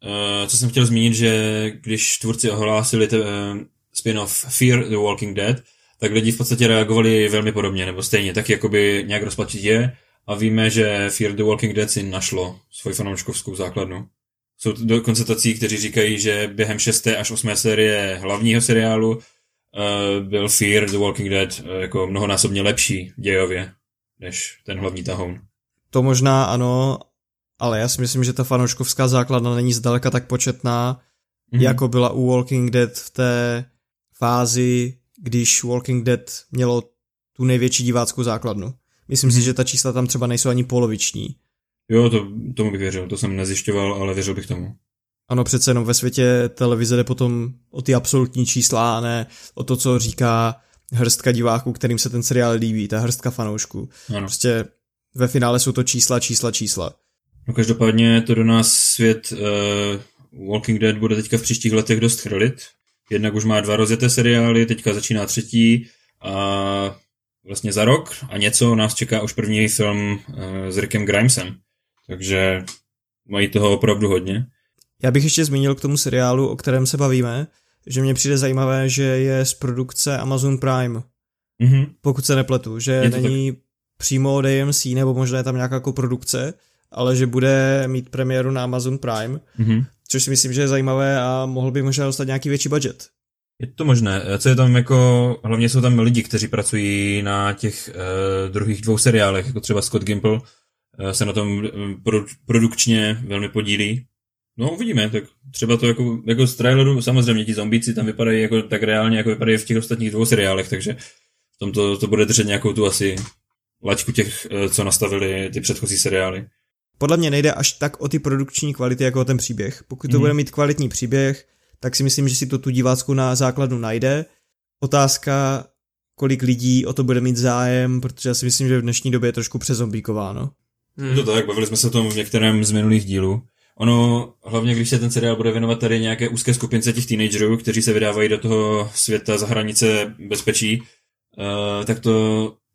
co jsem chtěl zmínit, že když tvůrci ohlásili te, uh, spin-off Fear the Walking Dead, tak lidi v podstatě reagovali velmi podobně, nebo stejně, tak jakoby nějak rozplatit je a víme, že Fear the Walking Dead si našlo svoji fanouškovskou základnu. Jsou dokonce tací, kteří říkají, že během šesté až osmé série hlavního seriálu uh, byl Fear the Walking Dead uh, jako mnohonásobně lepší dějově, než ten hlavní tahoun. To možná ano, ale já si myslím, že ta fanouškovská základna není zdaleka tak početná, mm-hmm. jako byla u Walking Dead v té fázi, když Walking Dead mělo tu největší diváckou základnu. Myslím mm-hmm. si, že ta čísla tam třeba nejsou ani poloviční. Jo, to, tomu bych věřil, to jsem nezjišťoval, ale věřil bych tomu. Ano, přece jenom ve světě televize jde potom o ty absolutní čísla, a ne o to, co říká hrstka diváků, kterým se ten seriál líbí, ta hrstka fanoušků. Ano. Prostě ve finále jsou to čísla, čísla, čísla. No každopádně to do nás svět uh, Walking Dead bude teďka v příštích letech dost chrlit. Jednak už má dva rozjeté seriály, teďka začíná třetí a vlastně za rok a něco nás čeká už první film uh, s Rickem Grimesem. Takže mají toho opravdu hodně. Já bych ještě zmínil k tomu seriálu, o kterém se bavíme, že mně přijde zajímavé, že je z produkce Amazon Prime. Mm-hmm. Pokud se nepletu, že není tak přímo od A M C, nebo možná je tam nějaká koprodukce, ale že bude mít premiéru na Amazon Prime, mm-hmm. což si myslím, že je zajímavé a mohl by možná dostat nějaký větší budget. Je to možné. Co je tam jako, hlavně jsou tam lidi, kteří pracují na těch uh, druhých dvou seriálech, jako třeba Scott Gimple uh, se na tom pro, produkčně velmi podílí. No uvidíme, tak třeba to jako, jako z traileru, samozřejmě ti zombíci tam vypadají jako tak reálně, jako vypadají v těch ostatních dvou seriálech, takže v tom to, to bude držet nějakou tu asi laťku těch, co nastavili ty předchozí seriály. Podle mě nejde až tak o ty produkční kvality, jako o ten příběh. Pokud to mm. bude mít kvalitní příběh, tak si myslím, že si to tu diváckou na základnu najde. Otázka, kolik lidí o to bude mít zájem, protože já si myslím, že v dnešní době je trošku přezombíkováno. Mm. To tak, bavili jsme se o tom v některém z minulých dílů. Ono, hlavně když se ten seriál bude věnovat tady nějaké úzké skupince těch teenagerů, kteří se vydávají do toho světa za hranice bezpečí, uh, tak to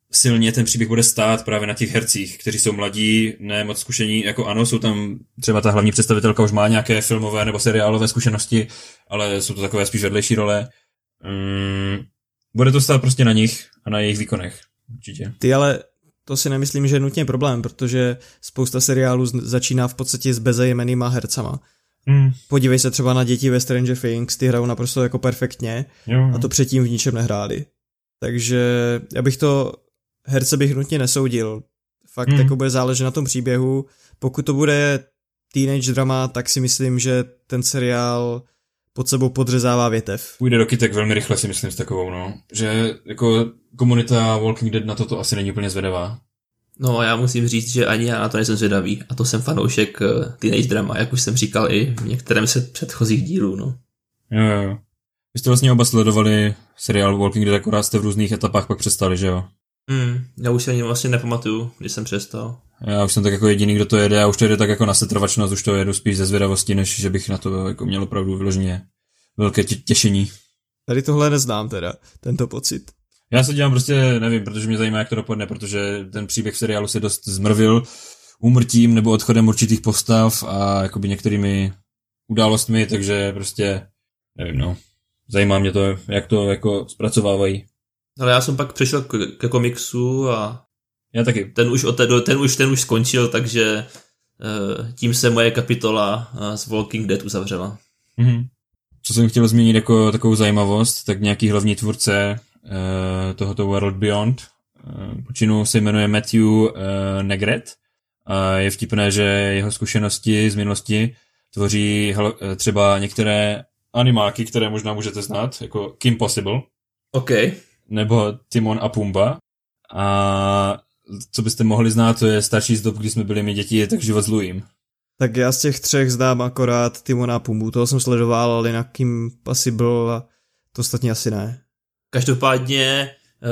silně ten příběh bude stát právě na těch hercích, kteří jsou mladí, ne moc zkušení, jako ano, jsou tam třeba ta hlavní představitelka už má nějaké filmové nebo seriálové zkušenosti, ale jsou to takové spíš vedlejší role. Mm, bude to stát prostě na nich a na jejich výkonech, určitě. Ty ale to si nemyslím, že je nutně problém, protože spousta seriálů začíná v podstatě s bezejmennýma hercama. Hmm. Podívej se třeba na děti ve Stranger Things, ty hrajou naprosto jako perfektně jo. A to předtím v ničem nehráli. Takže já bych to, herce bych nutně nesoudil. Fakt hmm. jako bude záležet na tom příběhu. Pokud to bude teenage drama, tak si myslím, že ten seriál pod sebou podřezává větev. Půjde do kytek velmi rychle, si myslím, s takovou, no. Že jako komunita Walking Dead na toto asi není úplně zvedavá. No já musím říct, že ani já na to nejsem zvědavý. A to jsem fanoušek teenage drama, jak už jsem říkal i v některém z předchozích dílů, no. Jo, jo, jo. Vy jste vlastně oba sledovali seriál Walking Dead, akorát jste v různých etapách pak přestali, že jo? Hmm, já už se ani vlastně nepamatuju, když jsem přestal. Já už jsem tak jako jediný, kdo to jede, já už to jede tak jako na setrvačnost, už to jedu spíš ze zvědavosti, než že bych na to jako měl opravdu vyloženě velké těšení. Tady tohle neznám teda, tento pocit. Já se dělám prostě, nevím, protože mě zajímá, jak to dopadne, protože ten příběh v seriálu se dost zmrvil úmrtím nebo odchodem určitých postav a jakoby některými událostmi, takže prostě, nevím, no. Zajímá mě to, jak to jako zpracovávají. Ale já jsem pak přešel k, ke komiksu a já taky. Ten už, ten, ten už, ten už skončil, takže tím se moje kapitola z Walking Dead uzavřela. Mhm. Co jsem chtěl zmínit jako takovou zajímavost, tak nějaký hlavní tvůrce uh, tohoto World Beyond uh, počinu se jmenuje Matthew uh, Negret a je vtipné, že jeho zkušenosti z minulosti tvoří uh, třeba některé animáky, které možná můžete znát, jako Kim Possible. OK. Nebo Timon a Pumba. A co byste mohli znát, to je starší z dob, kdy jsme byli my děti, tak Život s Louiem. Tak já z těch třech znám akorát Timona a Pumbu, toho jsem sledoval, ale na Kim Possible a to ostatně asi ne. Každopádně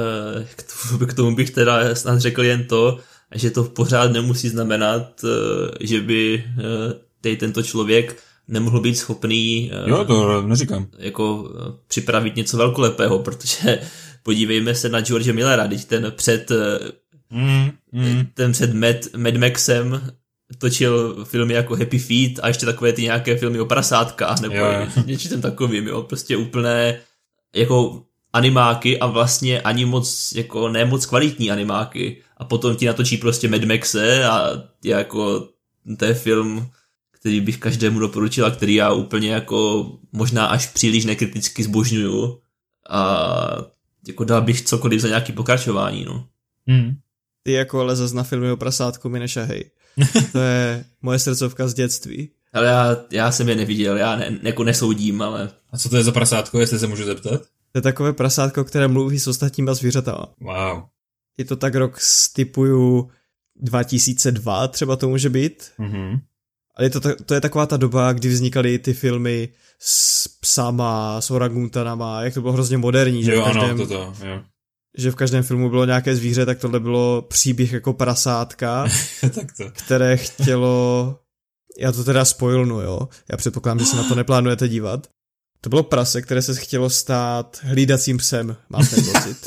k tomu bych teda snad řekl jen to, že to pořád nemusí znamenat, že by tady tento člověk nemohl být schopný jo, to neříkám. Jako připravit něco velkolepého, protože podívejme se na George Millera, teď ten před mm, mm. ten před Mad, Mad Maxem točil filmy jako Happy Feet a ještě takové ty nějaké filmy o prasátkách nebo něčím takovým, jo, prostě úplné jako animáky a vlastně ani moc, jako ne moc kvalitní animáky a potom ti natočí prostě Mad Maxe a jako to je film, který bych každému doporučil a který já úplně jako možná až příliš nekriticky zbožňuju a jako dal bych cokoliv za nějaký pokračování, no. Hmm. Ty jako ale zas na filmy o prasátku mi nešahej. To je moje srdcovka z dětství. Ale já, já jsem je neviděl, já ne, jako nesoudím, ale... A co to je za prasátko, jestli se můžu zeptat? To je takové prasátko, které mluví s ostatníma zvířatama. Wow. Je to tak rok z typu dva tisíce dva, třeba to může být. Mhm. Ale je to, to je taková ta doba, kdy vznikaly ty filmy s psama, s orangutanama, jak to bylo hrozně moderní. Že jo, v každém, ano, toto, jo. Že v každém filmu bylo nějaké zvíře, tak tohle bylo příběh jako prasátka, tak to. které chtělo... Já to teda spoilnu, jo. Já předpokládám, že se na to neplánujete dívat. To bylo prase, které se chtělo stát hlídacím psem, mám ten pocit.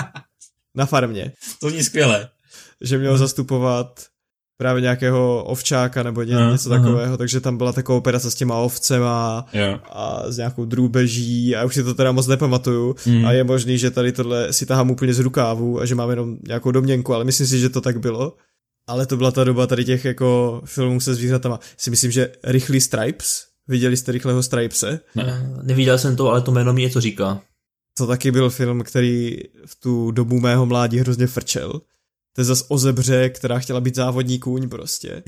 Na farmě. To zní skvěle. Že měl zastupovat právě nějakého ovčáka nebo ně, no, něco takového, takže tam byla taková operace s těma ovcema jo. A s nějakou drůbeží a už si to teda moc nepamatuju mm. A je možný, že tady tohle si tahám úplně z rukávu a že mám jenom nějakou domněnku, ale myslím si, že to tak bylo. Ale to byla ta doba tady těch jako filmů se zvířatama. Si myslím, že Rychlý Stripes, viděli jste Rychlého Stripese? Ne, neviděl jsem to, ale to jméno mi něco říká. To taky byl film, který v tu dobu mého mládí hrozně frčel. To je zas o zebře, která chtěla být závodní kůň prostě.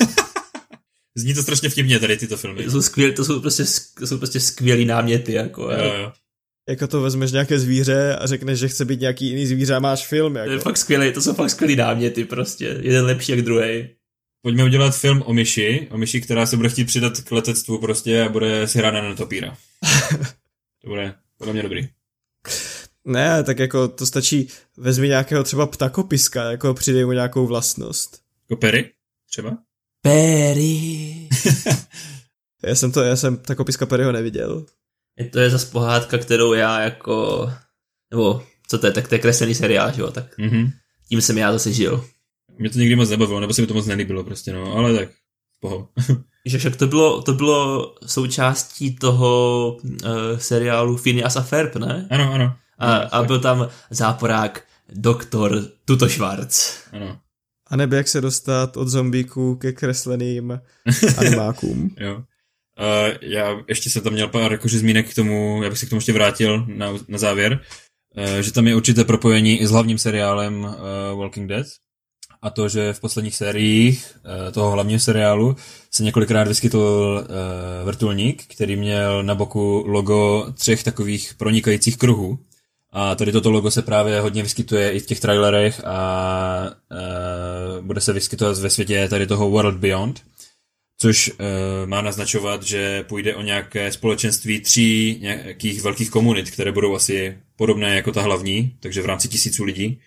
Zní to strašně vtipně tady tyto filmy. To jsou, skvěl, to jsou, prostě, to jsou prostě skvělý náměty. Jako, jo, jo. Jako to vezmeš nějaké zvíře a řekneš, že chce být nějaký jiný zvíře a máš film. Jako. To, je fakt skvělý, to jsou fakt skvělý náměty prostě. Jeden lepší jak druhý. Pojďme udělat film o myši, o myši, která se bude chtít přidat k letectvu prostě a bude si hrát na netopíra. To bude podle mě dobrý. Ne, tak jako to stačí, vezmi nějakého třeba ptakopiska, jako přidej mu nějakou vlastnost. Jako Perry? Třeba? Perry. já jsem to, já jsem ptakopiska Perryho neviděl. To je zase pohádka, kterou já jako, nebo co to je, tak to je kreslený seriál, že jo, tak mm-hmm. tím jsem já zase žil. Mě to nikdy moc nebavilo, nebo se mi to moc nelíbilo prostě, no, ale tak, poho. Že však to bylo, to bylo součástí toho uh, seriálu Phineas a Ferb, ne? Ano, ano. A, a byl tam záporák doktor Tuto Schwarz. Ano. A nebo jak se dostat od zombíků ke kresleným animákům. Jo. Uh, já ještě jsem tam měl pár jakože zmínek k tomu, já bych se k tomu ještě vrátil na, na závěr, uh, že tam je určité propojení i s hlavním seriálem uh, Walking Dead. A to, že v posledních sériích uh, toho hlavního seriálu se několikrát vyskytl uh, vrtulník, který měl na boku logo třech takových pronikajících kruhů. A tady toto logo se právě hodně vyskytuje i v těch trailerech a uh, bude se vyskytovat ve světě tady toho World Beyond, což uh, má naznačovat, že půjde o nějaké společenství tří nějakých velkých komunit, které budou asi podobné jako ta hlavní, takže v rámci tisíců lidí.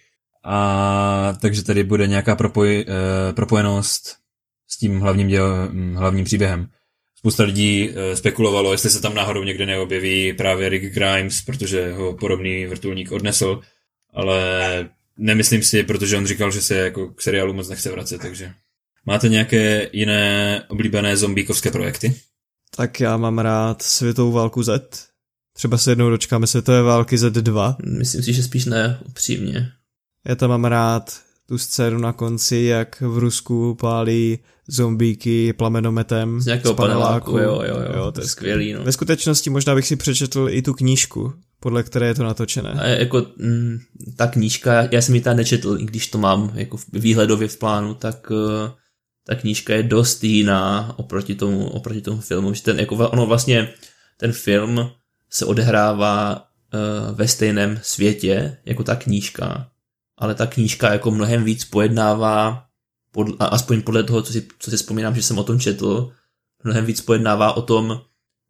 A takže tady bude nějaká propoj, uh, propojenost s tím hlavním, děl, hlavním příběhem. Spousta lidí uh, spekulovalo, jestli se tam náhodou někde neobjeví právě Rick Grimes, protože ho podobný vrtulník odnesl, ale nemyslím si, protože on říkal, že se jako k seriálu moc nechce vracet, takže... Máte nějaké jiné oblíbené zombíkovské projekty? Tak já mám rád Světovou válku Z. Třeba se jednou dočkáme Světové války Z dva. Myslím si, že spíš ne, upřímně. Já tam mám rád tu scénu na konci, jak v Rusku pálí zombíky plamenometem z nějakého paneláku, jo, jo, jo, jo, to je skvělý, no. Ve skutečnosti možná bych si přečetl i tu knížku, podle které je to natočené. A jako m, ta knížka, já jsem ji tady nečetl, i když to mám jako výhledově v plánu, tak uh, ta knížka je dost jiná oproti tomu, oproti tomu filmu, že ten, jako ono vlastně, ten film se odehrává uh, ve stejném světě, jako ta knížka, ale ta knížka jako mnohem víc pojednává, pod, aspoň podle toho, co si, co si vzpomínám, že jsem o tom četl, mnohem víc pojednává o tom,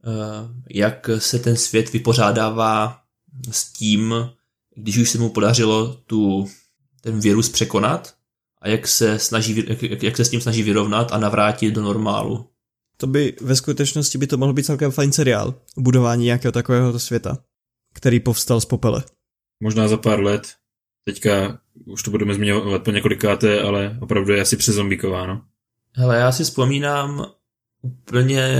jak se ten svět vypořádává s tím, když už se mu podařilo tu, ten virus překonat a jak se, snaží, jak, jak se s tím snaží vyrovnat a navrátit do normálu. To by ve skutečnosti by to mohl být celkem fajn seriál o budování nějakého takového světa, který povstal z popele. Možná za pár let. Teďka už to budeme zmiňovat po několikáté, ale opravdu je asi přezombíková, no. Hele, já si vzpomínám úplně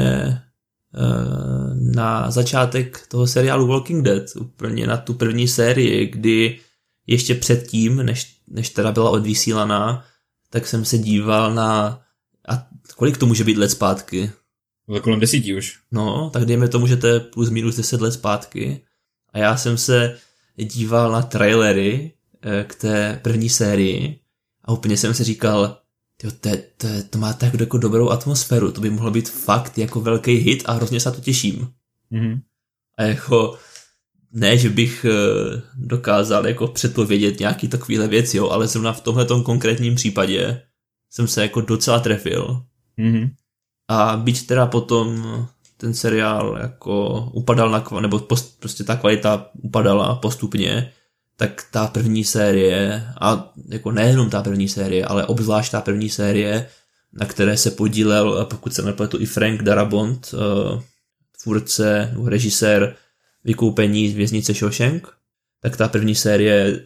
na začátek toho seriálu Walking Dead, úplně na tu první sérii, kdy ještě předtím, než, než teda byla odvysílaná, tak jsem se díval na... A kolik to může být let zpátky? Za kolem desíti už. No, tak dejme tomu, že to je plus minus deset let zpátky. A já jsem se díval na trailery k té první sérii a úplně jsem si říkal, tyjo, to, to, to má tak jako dobrou atmosféru, to by mohlo být fakt jako velký hit a hrozně se na to těším. Mm-hmm. A jako ne, že bych dokázal jako předpovědět nějaký takovýhle věci, jo, ale zrovna v tomhletom konkrétním případě jsem se jako docela trefil. Mm-hmm. A byť teda potom ten seriál jako upadal na kva- nebo post, prostě ta kvalita upadala postupně, tak ta první série, a jako nejenom ta první série, ale obzvlášť ta první série, na které se podílel, pokud se nepletu, i Frank Darabont, tvůrce, režisér Vykoupení z věznice Shawshank, tak ta první série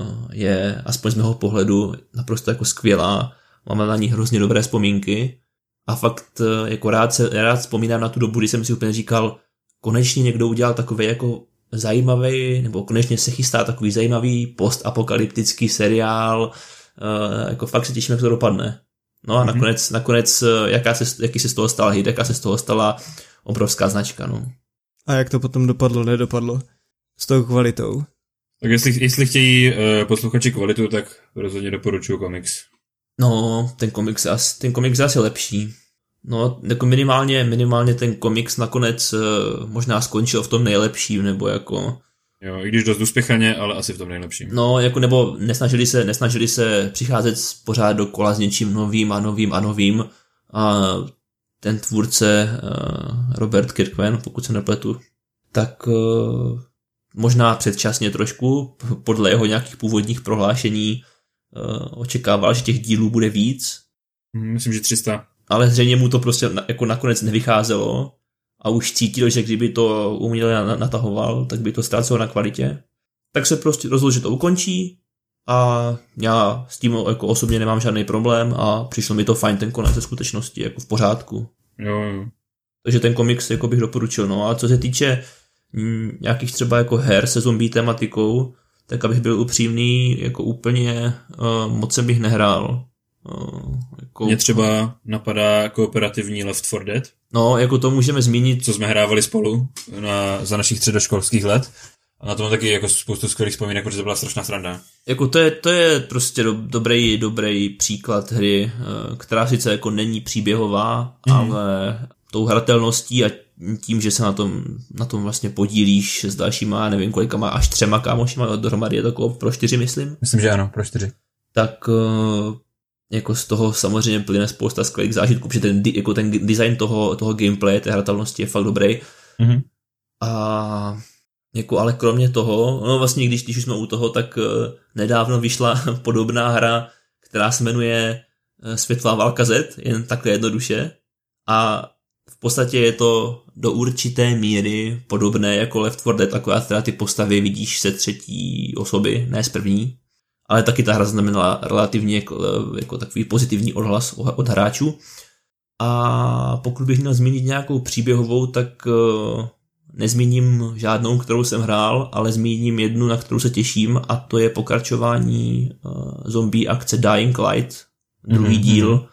je, aspoň z mého pohledu, naprosto jako skvělá. Máme na ní hrozně dobré vzpomínky a fakt jako rád, se, rád vzpomínám na tu dobu, kdy jsem si úplně říkal, konečně někdo udělal takový jako zajímavý, nebo konečně se chystá takový zajímavý postapokalyptický seriál, uh, jako fakt se těším, jak to dopadne. No a mm-hmm. nakonec, nakonec jaká se, jaký se z toho stala hit, jaká se z toho stala obrovská značka, no. A jak to potom dopadlo, nedopadlo? S tou kvalitou? Tak jestli, jestli chtějí uh, posluchači kvalitu, tak rozhodně doporučuju komiks. No, ten komiks, asi, ten komiks je asi lepší. No, jako minimálně, minimálně ten komiks nakonec uh, možná skončil v tom nejlepším, nebo jako... Jo, i když dost uspěchaně, ale asi v tom nejlepším. No, jako nebo nesnažili se, nesnažili se přicházet pořád dokola s něčím novým a novým a novým. A ten tvůrce uh, Robert Kirkman, pokud se nepletu, tak uh, možná předčasně trošku, podle jeho nějakých původních prohlášení, uh, očekával, že těch dílů bude víc. Myslím, že tři sta. Ale zřejmě mu to prostě jako nakonec nevycházelo a už cítil, že kdyby to uměle natahoval, tak by to ztrácelo na kvalitě. Tak se prostě rozhodl, že to ukončí a já s tím jako osobně nemám žádný problém a přišlo mi to fajn ten konec ve skutečnosti, jako v pořádku. Jo, jo. Takže ten komiks jako bych doporučil. No a co se týče m, nějakých třeba jako her se zombie tematikou, tak abych byl upřímný, jako úplně uh, moc jsem bych nehrál. Uh, jako... Mě třeba napadá kooperativní Left four Dead. No, jako to můžeme zmínit. Co jsme hrávali spolu na, za našich středoškolských let. A na to mám taky jako spoustu skvělých vzpomínek, protože to byla strašná sranda. Jako to je, to je prostě do, dobrý, dobrý příklad hry, která sice jako není příběhová, mm. ale tou hratelností a tím, že se na tom, na tom vlastně podílíš s dalšíma, nevím kolika má, až třema kámošima, dohromady je to pro čtyři, myslím. Myslím, že ano, pro čtyři. Tak jako z toho samozřejmě plyne spousta skvělých zážitků, protože ten, jako ten design toho, toho gameplay, té hratelnosti je fakt dobrý. Mm. A jako, ale kromě toho, no vlastně když, když už jsme u toho, tak uh, nedávno vyšla podobná hra, která se jmenuje uh, Světová válka Z, jen takhle jednoduše. A v podstatě je to do určité míry podobné jako Left four Dead, akorát teda ty postavy vidíš se třetí osoby, ne z první. Ale taky ta hra znamenala relativně jako, jako takový pozitivní odhlas od hráčů. A pokud bych měl zmínit nějakou příběhovou, tak uh, nezmíním žádnou, kterou jsem hrál, ale zmíním jednu, na kterou se těším, a to je pokračování uh, zombie akce Dying Light, druhý mm-hmm. díl, uh,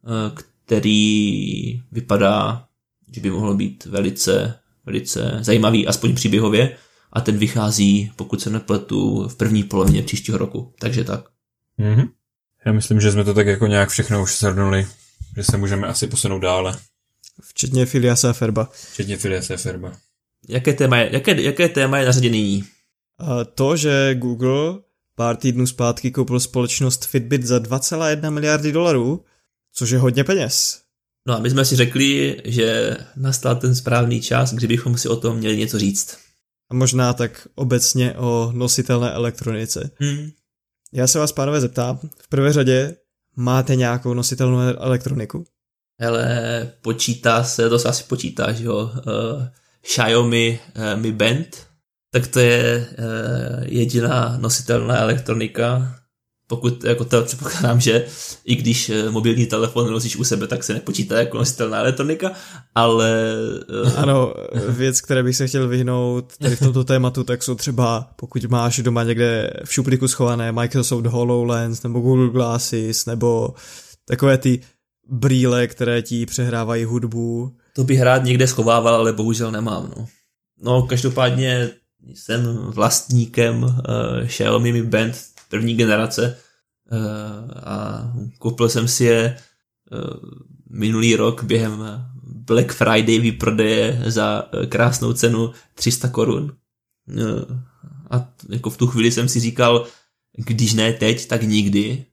který vypadá, že by mohlo být velice, velice zajímavý, aspoň příběhově, a ten vychází, pokud se nepletu, v první polovině příštího roku, takže tak. Mm-hmm. Já myslím, že jsme to tak jako nějak všechno už shrnuli, že se můžeme asi posunout dále. Včetně Philease a Ferba. Včetně Philease a Ferba. Jaké téma je, jaké, jaké téma je na řadě nyní? A to, že Google pár týdnů zpátky koupil společnost Fitbit za dva celé jedna miliardy dolarů, což je hodně peněz. No a my jsme si řekli, že nastal ten správný čas, kdybychom si o tom měli něco říct. A možná tak obecně o nositelné elektronice. Hmm. Já se vás, pánové, zeptám, v prvé řadě máte nějakou nositelnou elektroniku? Hele, počítá se, to se asi počítá, že jo, uh, Xiaomi uh, Mi Band, tak to je uh, jediná nositelná elektronika, pokud jako to předpokládám, že i když uh, mobilní telefon nosíš u sebe, tak se nepočítá jako nositelná elektronika, ale... Uh... Ano, věc, které bych se chtěl vyhnout tady v tomto tématu, tak jsou třeba, pokud máš doma někde v šuplíku schované Microsoft HoloLens, nebo Google Glasses, nebo takové ty brýle, které ti přehrávají hudbu. To bych rád někde schovával, ale bohužel nemám, no. No, každopádně jsem vlastníkem uh, Xiaomi Mi Band první generace uh, a koupil jsem si je uh, minulý rok během Black Friday výprodeje za uh, krásnou cenu tři sta korun. Uh, a jako v tu chvíli jsem si říkal, když ne teď, tak nikdy.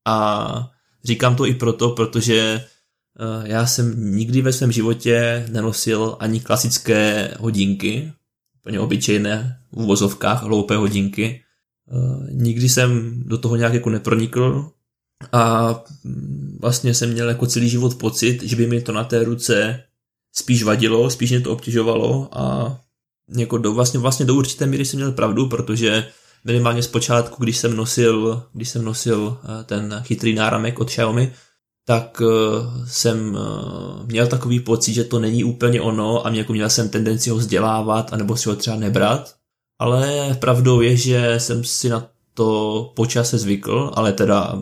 A říkám to i proto, protože uh, já jsem nikdy ve svém životě nenosil ani klasické hodinky, úplně obyčejné v uvozovkách, hloupé hodinky. Uh, nikdy jsem do toho nějak jako nepronikl a vlastně jsem měl jako celý život pocit, že by mi to na té ruce spíš vadilo, spíš mě to obtěžovalo a jako do, vlastně, vlastně do určité míry jsem měl pravdu, protože minimálně zpočátku, když jsem nosil, když jsem nosil ten chytrý náramek od Xiaomi, tak jsem měl takový pocit, že to není úplně ono a mě jako měl jsem tendenci ho vzdělávat anebo si ho třeba nebrat. Ale pravdou je, že jsem si na to po čase zvykl, ale teda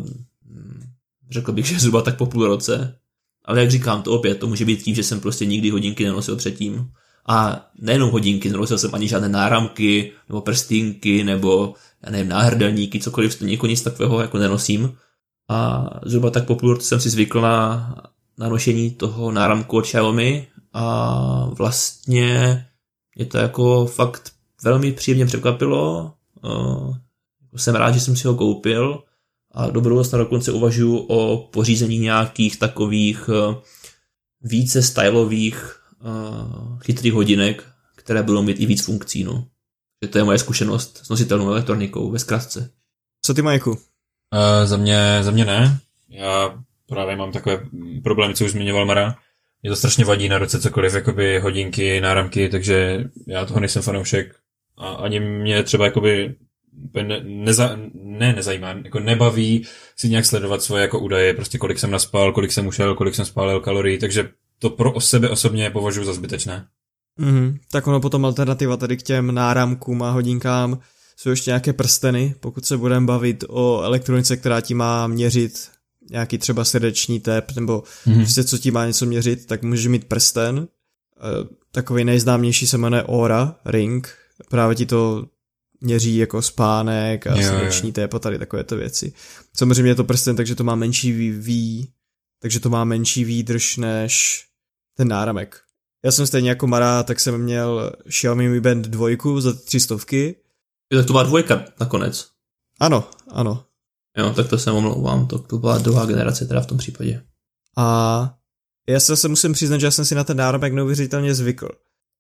řekl bych, že zhruba tak po půl roce. Ale jak říkám, to opět, to může být tím, že jsem prostě nikdy hodinky nenosil třetím. A nejenom hodinky, nenosil jsem ani žádné náramky, nebo prstínky, nebo já nevím, náhrdelníky, cokoliv, to jako nic takového jako nenosím. A zhruba tak po půl roce jsem si zvykl na, na nošení toho náramku od Xiaomi a vlastně je to jako fakt velmi příjemně překvapilo. Uh, jsem rád, že jsem si ho koupil a do budoucna dokonce uvažuji o pořízení nějakých takových uh, více stylových uh, chytrých hodinek, které budou mít i víc funkcí. No. Že to je moje zkušenost s nositelnou elektronikou ve zkratce. Co ty, Majku? Uh, za mě, za mě ne. Já právě mám takové problémy, co už zmiňoval Mara. Mě to strašně vadí na ruce cokoliv, jakoby hodinky, náramky, takže já toho nejsem fanoušek. A ani mě třeba jakoby ne, neza, ne nezajímá, jako nebaví si nějak sledovat svoje jako údaje, prostě kolik jsem naspal, kolik jsem ušel, kolik jsem spálil kalorií, takže to pro sebe osobně považuji za zbytečné. Mm, tak ono potom alternativa tady k těm náramkům a hodinkám jsou ještě nějaké prsteny, pokud se budeme bavit o elektronice, která ti má měřit nějaký třeba srdeční tep, nebo mm. prostě co ti má něco měřit, tak můžeš mít prsten. Takový nejznámější se jmenuje Oura Ring, právě ti to měří jako spánek a jo, srdeční tep a tady takovéto věci. Samozřejmě je to prsten, takže to má menší vý, takže to má menší výdrž než ten náramek. Já jsem stejně jako Mara, tak jsem měl Xiaomi Mi Band dva za tři stovky. Tak to byla dvojka nakonec. Ano, ano. Jo, tak to se omlouvám, to, to byla druhá generace teda v tom případě. A já se zase musím přiznat, že já jsem si na ten náramek neuvěřitelně zvykl.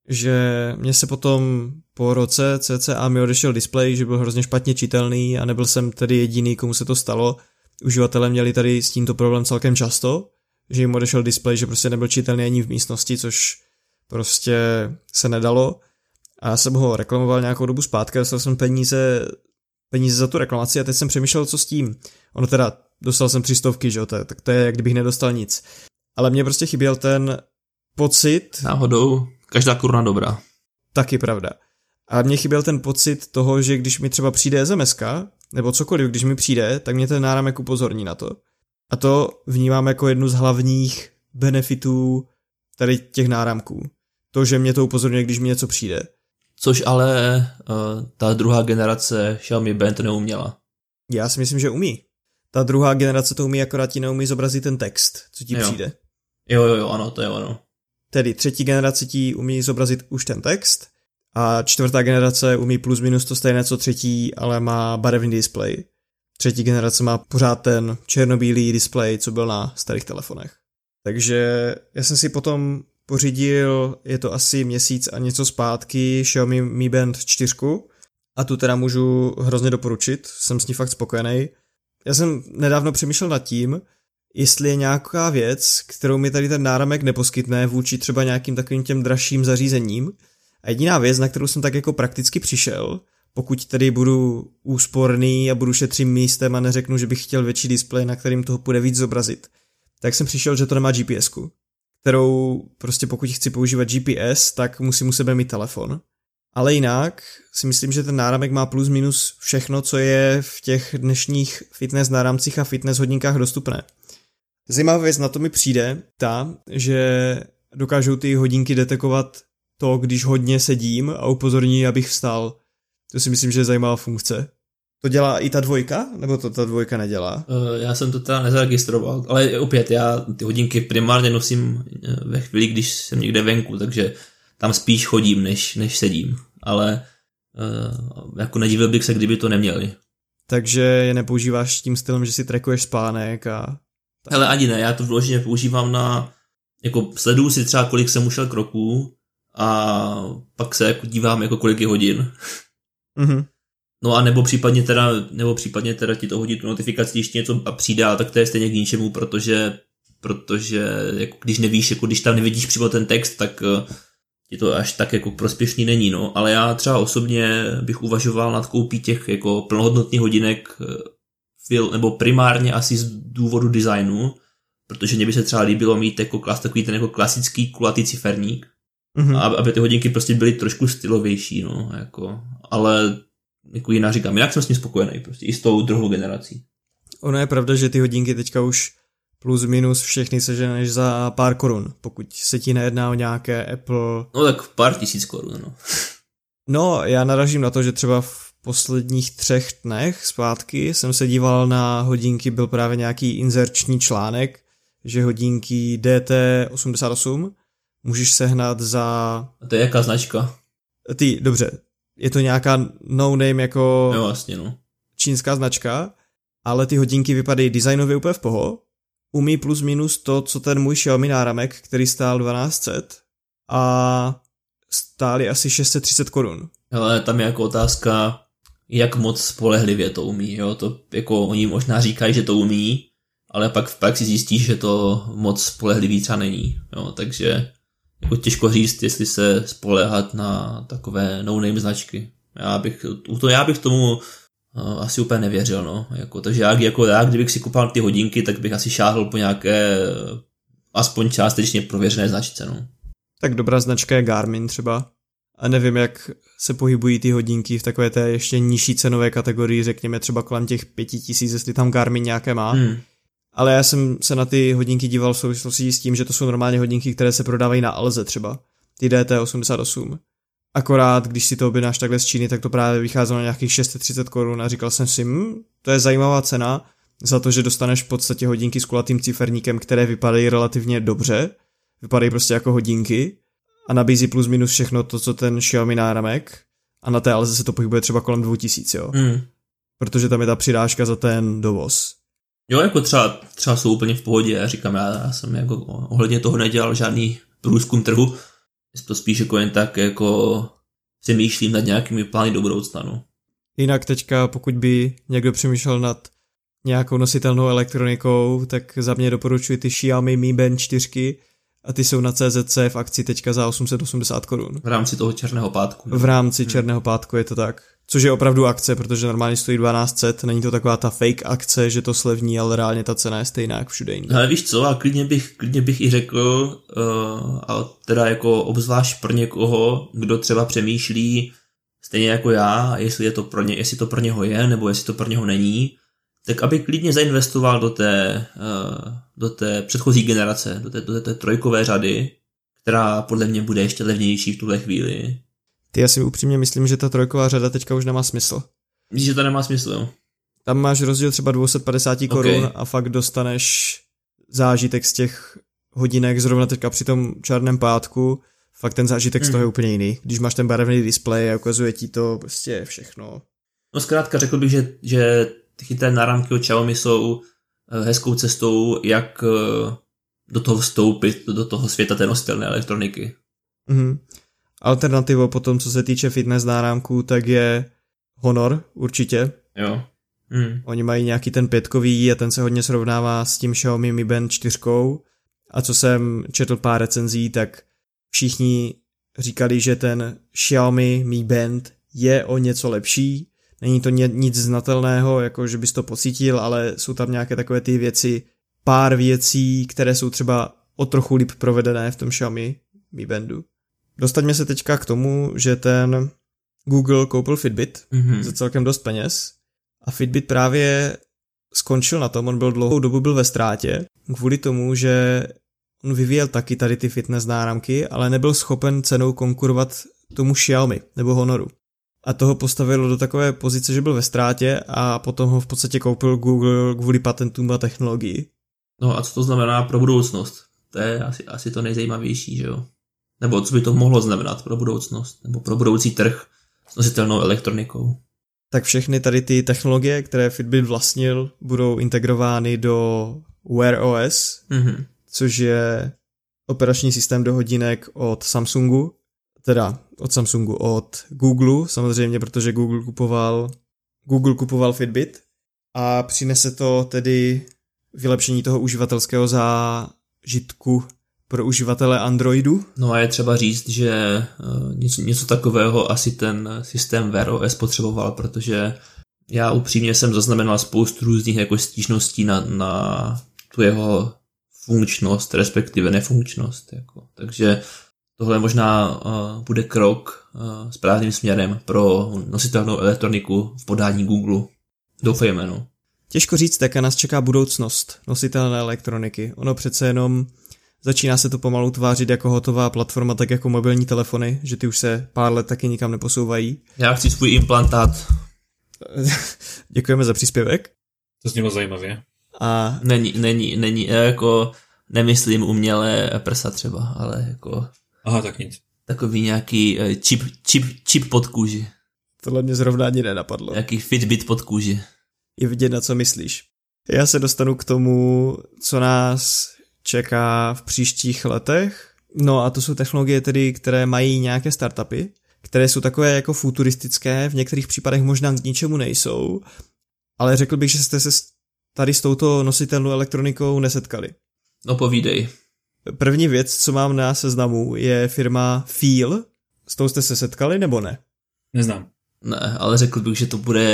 Že mě se potom po roce cca mi odešel displej, že byl hrozně špatně čitelný a nebyl jsem tedy jediný, komu se to stalo. Uživatelé měli tady s tímto problém celkem často, že jim odešel displej, že prostě nebyl čitelný ani v místnosti, což prostě se nedalo. A já jsem ho reklamoval nějakou dobu zpátky, dostal jsem peníze, peníze za tu reklamaci a teď jsem přemýšlel, co s tím. Ono teda, dostal jsem tři stovky, že jo, tak to je, jak kdybych nedostal nic. Ale mně prostě chyběl ten pocit... Náhodou, každá koruna dobrá. Taky pravda. A mně chyběl ten pocit toho, že když mi třeba přijde es em eska, nebo cokoliv, když mi přijde, tak mě ten náramek upozorní na to. A to vnímám jako jednu z hlavních benefitů tady těch náramků. To, že mě to upozorňuje, když mi něco přijde. Což ale uh, ta druhá generace Xiaomi Band neuměla. Já si myslím, že umí. Ta druhá generace to umí, akorát ti neumí zobrazit ten text, co ti jo. přijde. Jo, jo, jo, ano, to je ono. Tedy třetí generace ti umí zobrazit už ten text a čtvrtá generace umí plus minus to stejné co třetí, ale má barevný displej. Třetí generace má pořád ten černobílý displej, co byl na starých telefonech. Takže já jsem si potom pořídil, je to asi měsíc a něco zpátky, Xiaomi Mi Band čtyři a tu teda můžu hrozně doporučit, jsem s ní fakt spokojený. Já jsem nedávno přemýšlel nad tím, jestli je nějaká věc, kterou mi tady ten náramek neposkytne vůči třeba nějakým takovým těm dražším zařízením. A jediná věc, na kterou jsem tak jako prakticky přišel, pokud tedy budu úsporný a budu šetřit místem a neřeknu, že bych chtěl větší displej, na kterým toho půjde víc zobrazit, tak jsem přišel, že to nemá G P S ku, kterou prostě pokud chci používat G P S, tak musím u sebe mít telefon. Ale jinak si myslím, že ten náramek má plus minus všechno, co je v těch dnešních fitness náramcích a fitness hodinkách dostupné. Zajímavá věc na to mi přijde ta, že dokážou ty hodinky detekovat to, když hodně sedím a upozorní, abych vstal. To si myslím, že je zajímavá funkce. To dělá i ta dvojka? Nebo to ta dvojka nedělá? Já jsem to teda nezaregistroval, ale opět já ty hodinky primárně nosím ve chvíli, když jsem někde venku, takže tam spíš chodím, než, než sedím. Ale jako nedivil bych se, kdyby to neměli. Takže je nepoužíváš tím stylem, že si trackuješ spánek a... Hele, ani ne, já to vloženě používám na, jako sleduju si třeba, kolik jsem ušel kroků a pak se jako dívám, jako kolik je hodin. Mhm. No a nebo případně teda, nebo případně teda ti to hodí tu notifikaci, když ti něco přijde, tak to je stejně k ničemu, protože, protože jako když nevíš, jako když tam nevidíš přímo ten text, tak je to až tak jako prospěšný není, no. Ale já třeba osobně bych uvažoval nad koupí těch jako plnohodnotných hodinek, nebo primárně asi z důvodu designu, protože mě by se třeba líbilo mít jako klas, takový ten jako klasický kulatý ciferník, mm-hmm. aby ty hodinky prostě byly trošku stylovější, no, jako, ale jako jinak říkám, jak jsem s ním spokojený, prostě i s tou druhou generací. Ono je pravda, že ty hodinky teďka už plus minus všechny seženeš za pár korun, pokud se ti nejedná o nějaké Apple... No tak pár tisíc korun, no. No, já naražím na to, že třeba v posledních třech dnech zpátky jsem se díval na hodinky, byl právě nějaký inzerční článek, že hodinky D T osmdesát osm můžeš sehnat za... A to je jaká značka? Ty, dobře, je to nějaká no name jako... Jo, vlastně, no. Čínská značka, ale ty hodinky vypadají designově úplně v poho, umí plus minus to, co ten můj Xiaomi náramek, který stál dvanáct set a stály asi šest set třicet korun. Hele, tam je jako otázka, jak moc spolehlivě to umí, jo, to jako oni možná říkají, že to umí, ale pak v praxi zjistíš, že to moc spolehlivý třeba není, jo, takže jako těžko říct, jestli se spoléhat na takové no-name značky. Já bych, to já bych tomu asi úplně nevěřil, no. Jako, takže já, jako já, kdybych si kupoval ty hodinky, tak bych asi šáhl po nějaké aspoň částečně prověřené značce, no. Tak dobrá značka je Garmin třeba. A nevím, jak se pohybují ty hodinky v takové té ještě nižší cenové kategorii, řekněme třeba kolem těch pěti tisíc, jestli tam Garmin nějaké má. Hmm. Ale já jsem se na ty hodinky díval v souvislosti s tím, že to jsou normálně hodinky, které se prodávají na Alze třeba. Ty D T osmdesát osm. Akorát, když si to objednáš takhle z Číny, tak to právě vycházelo na nějakých šest set třicet korun a říkal jsem si, hm, to je zajímavá cena za to, že dostaneš v podstatě hodinky s kulatým ciferníkem, které vypadají relativně dobře, vypadají prostě jako hodinky a nabízí plus minus všechno to, co ten Xiaomi náramek a na té Alze se to pohybuje třeba kolem dvou tisíc, jo. Mm. Protože tam je ta přirážka za ten dovoz. Jo, jako třeba, třeba jsou úplně v pohodě, já říkám, já, já jsem jako ohledně toho nedělal žádný průzkum trhu, to spíš jako jen tak jako přemýšlím nad nějakými plány do budoucna, no. Jinak teďka, pokud by někdo přemýšlel nad nějakou nositelnou elektronikou, tak za mě doporučuji ty Xiaomi Mi Band čtyři a ty jsou na C Z C v akci teďka za osm set osmdesát korun. V rámci toho černého pátku. V rámci hmm. černého pátku je to tak. Což je opravdu akce, protože normálně stojí dvanáct set, není to taková ta fake akce, že to slevní, ale reálně ta cena je stejná jak všude jinde. Ale víš co, a klidně bych, klidně bych i řekl, uh, a teda jako obzvlášť pro někoho, kdo třeba přemýšlí stejně jako já, jestli, je to pro ně, jestli to pro něho je, nebo jestli to pro něho není, tak aby klidně zainvestoval do té, uh, do té předchozí generace, do té, do té trojkové řady, která podle mě bude ještě levnější v tuhle chvíli. Ty, já si upřímně myslím, že ta trojková řada teďka už nemá smysl. Víš, že to nemá smysl, jo? Tam máš rozdíl třeba dvě stě padesát korun okay. A fakt dostaneš zážitek z těch hodinek, zrovna teďka při tom černém pátku, fakt ten zážitek mm. z toho je úplně jiný. Když máš ten barevný displej a ukazuje ti to prostě všechno. No zkrátka řekl bych, že, že ty chytré náramky od Xiaomi jsou hezkou cestou, jak do toho vstoupit, do toho světa té nositelné elektroniky. Mhm. Alternativou potom, co se týče fitness náramků, tak je Honor, určitě. Jo. Mm. Oni mají nějaký ten pětkový a ten se hodně srovnává s tím Xiaomi Mi Band čtyři. A co jsem četl pár recenzí, tak všichni říkali, že ten Xiaomi Mi Band je o něco lepší. Není to nic znatelného, jako že bys to pocítil, ale jsou tam nějaké takové ty věci, pár věcí, které jsou třeba o trochu líp provedené v tom Xiaomi Mi Bandu. Dostaňme se teďka k tomu, že ten Google koupil Fitbit mm-hmm. za celkem dost peněz a Fitbit právě skončil na tom, on byl dlouhou dobu byl ve ztrátě, kvůli tomu, že on vyvíjel taky tady ty fitness náramky, ale nebyl schopen cenou konkurovat tomu Xiaomi nebo Honoru. A toho postavilo do takové pozice, že byl ve ztrátě a potom ho v podstatě koupil Google kvůli patentům a technologii. No a co to znamená pro budoucnost? To je asi, asi to nejzajímavější, že jo? Nebo co by to mohlo znamenat pro budoucnost, nebo pro budoucí trh s nositelnou elektronikou. Tak všechny tady ty technologie, které Fitbit vlastnil, budou integrovány do Wear O S, mm-hmm. což je operační systém do hodinek od Samsungu, teda od Samsungu, od Google, samozřejmě, protože Google kupoval, Google kupoval Fitbit a přinese to tedy vylepšení toho uživatelského zážitku pro uživatele Androidu. No a je třeba říct, že něco, něco takového asi ten systém Wear O S potřeboval, protože já upřímně jsem zaznamenal spoustu různých jako stížností na, na tu jeho funkčnost, respektive nefunkčnost. Jako. Takže tohle možná uh, bude krok uh, správným směrem pro nositelnou elektroniku v podání Google. Doufejme, no. Těžko říct, jaká nás čeká budoucnost nositelné elektroniky. Ono přece jenom začíná se to pomalu tvářit jako hotová platforma, tak jako mobilní telefony, že ty už se pár let taky nikam neposouvají. Já chci svůj implantát. Děkujeme za příspěvek. To znělo zajímavě. A není, není, není, jako nemyslím umělé prsa třeba, ale jako aha, tak nic. Takový nějaký čip, čip, čip pod kůži. Tohle mě zrovna ani nenapadlo. Nějaký Fitbit pod kůži. Je vidět, na co myslíš. Já se dostanu k tomu, co nás čeká v příštích letech. No a to jsou technologie tedy, které mají nějaké startupy, které jsou takové jako futuristické, v některých případech možná k ničemu nejsou, ale řekl bych, že jste se tady s touto nositelnou elektronikou nesetkali. No povídej. První věc, co mám na seznamu, je firma Feel. S tou jste se setkali, nebo ne? Neznám. Ne, ale řekl bych, že to bude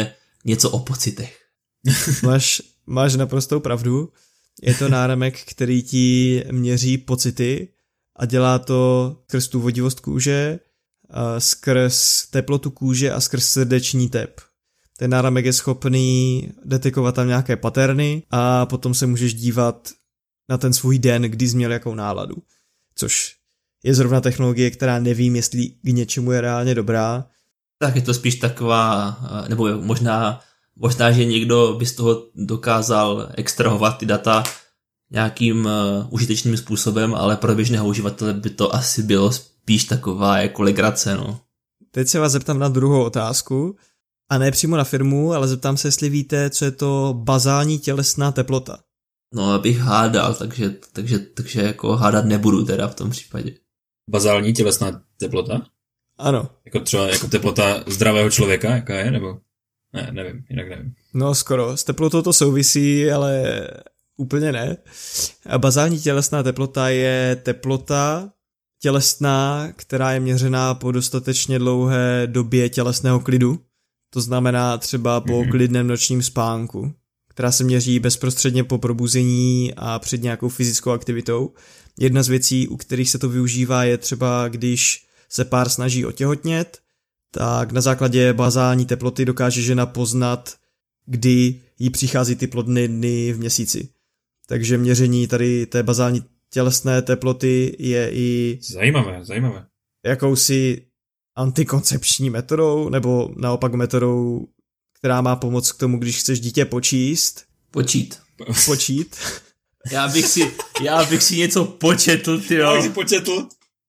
něco o pocitech. máš, máš naprostou pravdu. Je to náramek, který ti měří pocity a dělá to skrz tu vodivost kůže, skrz teplotu kůže a skrz srdeční tep. Ten náramek je schopný detekovat tam nějaké paterny a potom se můžeš dívat na ten svůj den, kdy jsi měl jakou náladu. Což je zrovna technologie, která nevím, jestli k něčemu je reálně dobrá. Tak je to spíš taková, nebo možná, možná, že někdo by z toho dokázal extrahovat ty data nějakým uh, užitečným způsobem, ale pro běžného uživatele by to asi bylo spíš taková jako legrace, no. Teď se vás zeptám na druhou otázku, a ne přímo na firmu, ale zeptám se, jestli víte, co je to bazální tělesná teplota. No, abych hádal, takže, takže, takže jako hádat nebudu teda v tom případě. Bazální tělesná teplota? Ano. Jako třeba jako teplota zdravého člověka, jaká je, nebo? Ne, nevím, jinak nevím. No skoro, s teplotou to souvisí, ale úplně ne. A bazální tělesná teplota je teplota tělesná, která je měřená po dostatečně dlouhé době tělesného klidu. To znamená třeba po mm-hmm. klidném nočním spánku, která se měří bezprostředně po probuzení a před nějakou fyzickou aktivitou. Jedna z věcí, u kterých se to využívá, je třeba, když se pár snaží otěhotnět, tak na základě bazální teploty dokáže žena poznat, kdy jí přichází ty plodné dny v měsíci. Takže měření tady té bazální tělesné teploty je i... Zajímavé, zajímavé. Jakousi antikoncepční metodou, nebo naopak metodou, která má pomoct k tomu, když chceš dítě počíst. Počít. Počít. Já bych si, já bych si něco početl, ty jo. Já bych si početl.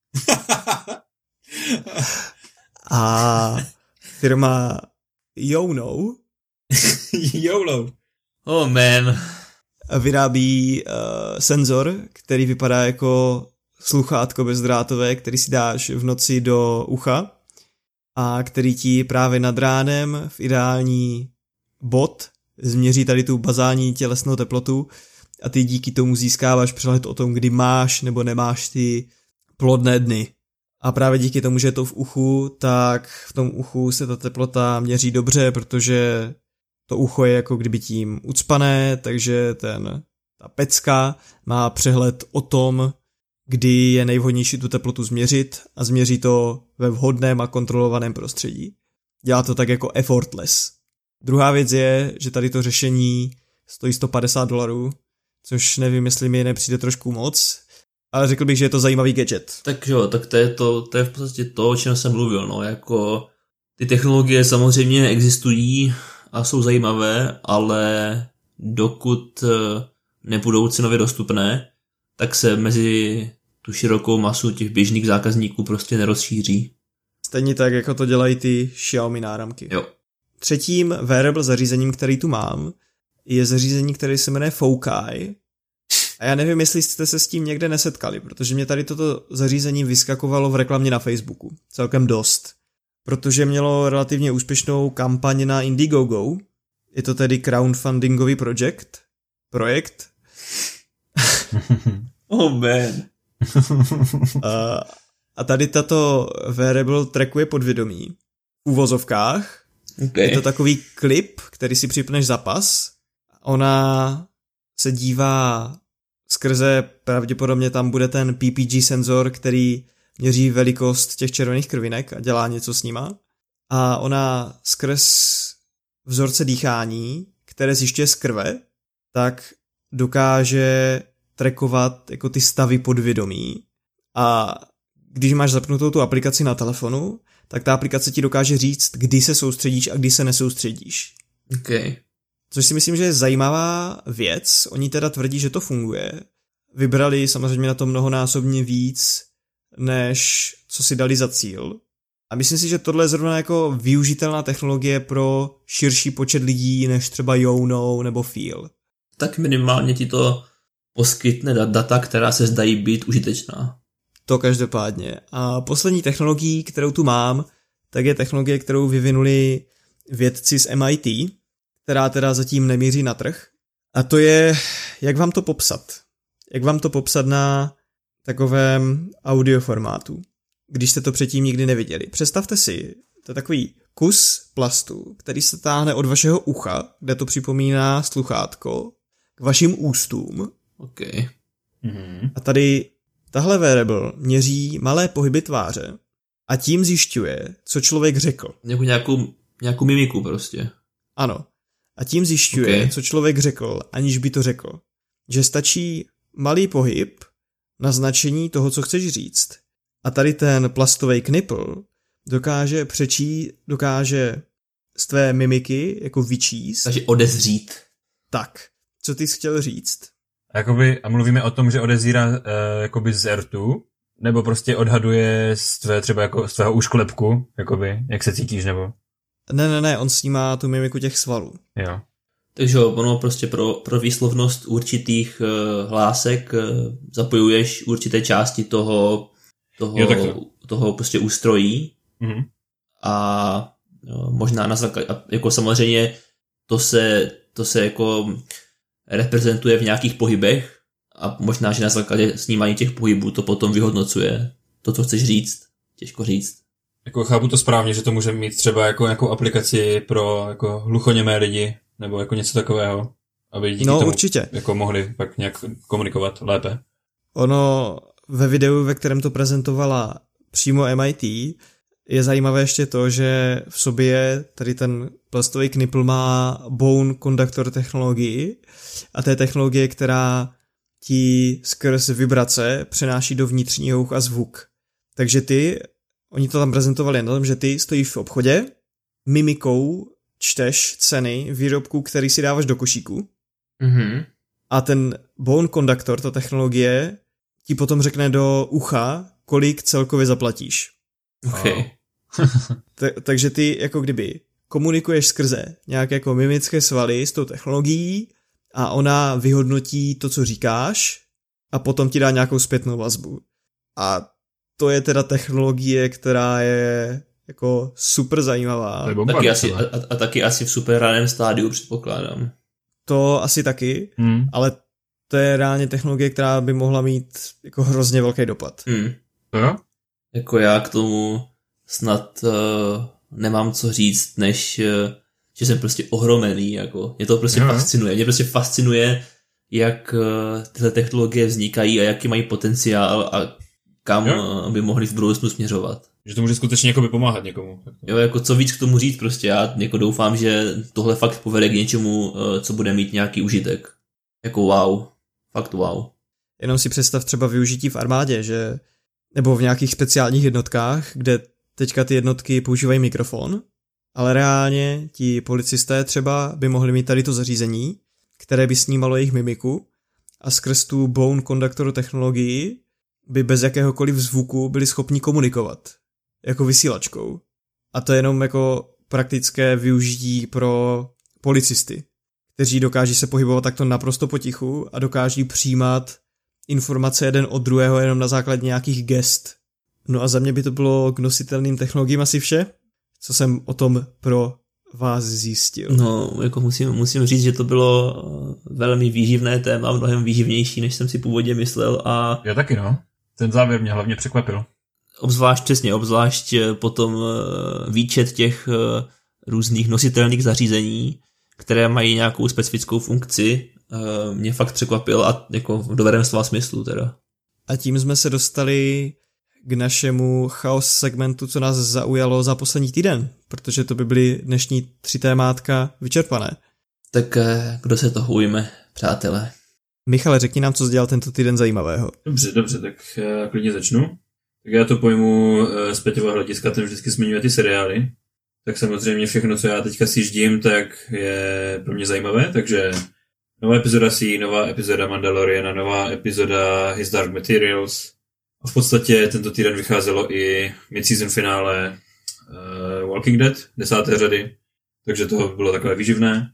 A firma YOLO YOLO. Oh man. Vyrábí uh, senzor, který vypadá jako sluchátko bezdrátové, který si dáš v noci do ucha a který ti právě nad ránem v ideální bod změří tady tu bazální tělesnou teplotu a ty díky tomu získáváš přehled o tom, kdy máš nebo nemáš ty plodné dny. A právě díky tomu, že je to v uchu, tak v tom uchu se ta teplota měří dobře, protože to ucho je jako kdyby tím ucpané, takže ten, ta pecka má přehled o tom, kdy je nejvhodnější tu teplotu změřit a změří to ve vhodném a kontrolovaném prostředí. Dělá to tak jako effortless. Druhá věc je, že tady to řešení stojí sto padesát dolarů, což nevím, jestli mi nepřijde trošku moc, ale řekl bych, že je to zajímavý gadget. Tak jo, tak to je, to, to je v podstatě to, o čem jsem mluvil, no, jako ty technologie samozřejmě existují a jsou zajímavé, ale dokud nebudou cenově dostupné, tak se mezi tu širokou masu těch běžných zákazníků prostě nerozšíří. Stejně tak, jako to dělají ty Xiaomi náramky. Jo. Třetím wearable zařízením, který tu mám, je zařízení, které se jmenuje Fokai. A já nevím, jestli jste se s tím někde nesetkali, protože mě tady toto zařízení vyskakovalo v reklamě na Facebooku. Celkem dost. Protože mělo relativně úspěšnou kampaň na Indiegogo. Je to tedy crowdfundingový projekt. Projekt. Oh man. a, a tady tato wearable trackuje podvědomí. V uvozovkách. Okay. Je to takový klip, který si připneš za pas. Ona se dívá skrze, pravděpodobně tam bude ten P P G senzor, který měří velikost těch červených krvinek a dělá něco s nima. A ona skrz vzorce dýchání, které zjišťuje z krve, tak dokáže trackovat jako ty stavy podvědomí. A když máš zapnutou tu aplikaci na telefonu, tak ta aplikace ti dokáže říct, kdy se soustředíš a kdy se nesoustředíš. Okay. Což si myslím, že je zajímavá věc. Oni teda tvrdí, že to funguje. Vybrali samozřejmě na to mnohonásobně víc, než co si dali za cíl. A myslím si, že tohle je zrovna jako využitelná technologie pro širší počet lidí, než třeba YOLO nebo Feel. Tak minimálně ti to poskytne data, která se zdají být užitečná. To každopádně. A poslední technologií, kterou tu mám, tak je technologie, kterou vyvinuli vědci z M I T, která teda zatím nemíří na trh. A to je, jak vám to popsat? Jak vám to popsat na takovém audioformátu, když jste to předtím nikdy neviděli. Představte si To je takový kus plastu, který se táhne od vašeho ucha, kde to připomíná sluchátko, k vašim ústům. OK. Mm-hmm. A tady tahle wearable měří malé pohyby tváře a tím zjišťuje, co člověk řekl. Jako nějakou, nějakou mimiku prostě. Ano. A tím zjišťuje, okay. co člověk řekl, aniž by to řekl. Že stačí malý pohyb na značení toho, co chceš říct. A tady ten plastový knipl dokáže přečí, dokáže z tvé mimiky jako vyčíst. Takže odezřít. Tak. Co ty jsi chtěl říct? A, jakoby, a mluvíme o tom, že odezírá uh, jakoby z rtu, nebo prostě odhaduje z tvé třeba jako z tvého úšklepku, jakoby, jak se cítíš, nebo? Ne, ne, ne, on snímá tu mimiku těch svalů. Jo. Takže ono prostě pro, pro výslovnost určitých uh, hlásek uh, zapojuješ určité části toho, toho, jo, toho prostě ústrojí mm-hmm. a uh, možná na základě, jako samozřejmě to se, to se jako reprezentuje v nějakých pohybech a možná, že na základě snímání těch pohybů to potom vyhodnocuje to, co chceš říct. Těžko říct. Jako chápu to správně, že to může mít třeba jako nějakou aplikaci pro jako hluchoněmé lidi, nebo jako něco takového, aby díky no, tomu určitě. Jako mohli pak nějak komunikovat lépe. Ono ve videu, ve kterém to prezentovala přímo M I T, je zajímavé ještě to, že v sobě tady ten plastový knipl má bone conductor technologii a to je technologie, která ti skrz vibrace přenáší do vnitřního ucha zvuk. Takže ty, oni to tam prezentovali na tom, že ty stojíš v obchodě, mimikou čteš ceny výrobků, který si dáváš do košíku mm-hmm. a ten bone conductor, ta technologie, ti potom řekne do ucha, kolik celkově zaplatíš. Okay. Ta- takže ty jako kdyby komunikuješ skrze nějaké jako mimické svaly s tou technologií a ona vyhodnotí to, co říkáš a potom ti dá nějakou zpětnou vazbu. A to je teda technologie, která je jako super zajímavá. Taky asi, a, a, a taky asi v super raném stádiu, předpokládám. To asi taky, hmm. ale to je reálně technologie, která by mohla mít jako hrozně velký dopad. Hmm. Jo? Jako já k tomu snad uh, nemám co říct, než uh, že jsem prostě ohromený, jako mě to prostě jo. fascinuje. Mě prostě fascinuje, jak uh, tyhle technologie vznikají a jaký mají potenciál a kam uh, by mohli v budoucnu směřovat. Že to může skutečně jako by pomáhat někomu. Jo, jako co víc k tomu říct prostě, já jako doufám, že tohle fakt povede k něčemu, uh, co bude mít nějaký užitek. Jako wow, fakt wow. Jenom si představ třeba využití v armádě, že nebo v nějakých speciálních jednotkách, kde teďka ty jednotky používají mikrofon, ale reálně ti policisté třeba by mohli mít tady to zařízení, které by snímalo jejich mimiku a skrz tu bone conductor technologii by bez jakéhokoliv zvuku byli schopni komunikovat jako vysílačkou. A to je jenom jako praktické využití pro policisty, kteří dokáží se pohybovat takto naprosto potichu a dokáží přijímat informace jeden od druhého jenom na základě nějakých gest. No a za mě by to bylo k nositelným technologiím asi vše, co jsem o tom pro vás zjistil. No, jako musím, musím říct, že to bylo velmi výživné téma, mnohem výživnější, než jsem si původně myslel a... Já taky, no. Ten závěr mě hlavně překvapil. Obzvlášť přesně, obzvlášť potom výčet těch různých nositelných zařízení, které mají nějakou specifickou funkci, mě fakt překvapil a jako v dobrém slova smyslu teda. A tím jsme se dostali k našemu chaos segmentu, co nás zaujalo za poslední týden, protože to by byly dnešní tři témátka vyčerpané. Tak kdo se toho ujme, přátelé? Michale, řekni nám, co jsi dělal tento týden zajímavého. Dobře, dobře, tak já klidně začnu. Tak já to pojmu z Peťova hlediska, ten vždycky zmiňuje ty seriály. Tak samozřejmě všechno, co já teďka sjíždím, tak je pro mě zajímavé, takže nová epizoda C, nová epizoda Mandaloriana, nová epizoda His Dark Materials. A v podstatě tento týden vycházelo i mid-season finále uh, Walking Dead, desáté řady, takže to bylo takové výživné.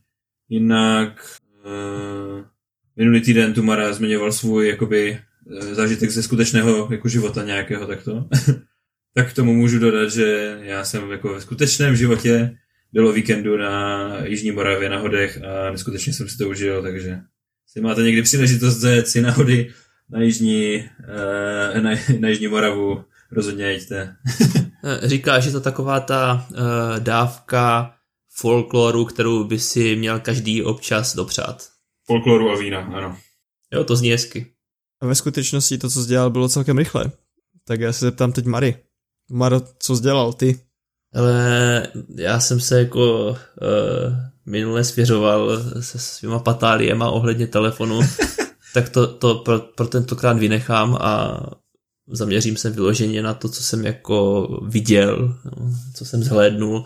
Jinak uh, minulý týden Tumara zmiňoval svůj jakoby uh, zážitek ze skutečného jako života nějakého takto. Tak k tomu můžu dodat, že já jsem jako ve skutečném životě byl o víkendu na Jižní Moravě na Hodech a neskutečně jsem si to užil, takže si máte někdy příležitost zajet si na Hody na Jižní, uh, na, na Jižní Moravu, rozhodně jeďte. Říká, že to taková ta uh, dávka folkloru, kterou by si měl každý občas dopřát. Folkloru a vína, ano. Jo, to zní hezky. A ve skutečnosti to, co jsi dělal, bylo celkem rychle. Tak já se zeptám teď Mary. Maro, co jsi dělal ty? Ale já jsem se jako uh, minule svěřoval se svýma patáliema ohledně telefonu, tak to, to pro, pro tentokrát vynechám a zaměřím se vyloženě na to, co jsem jako viděl, co jsem zhlédnul.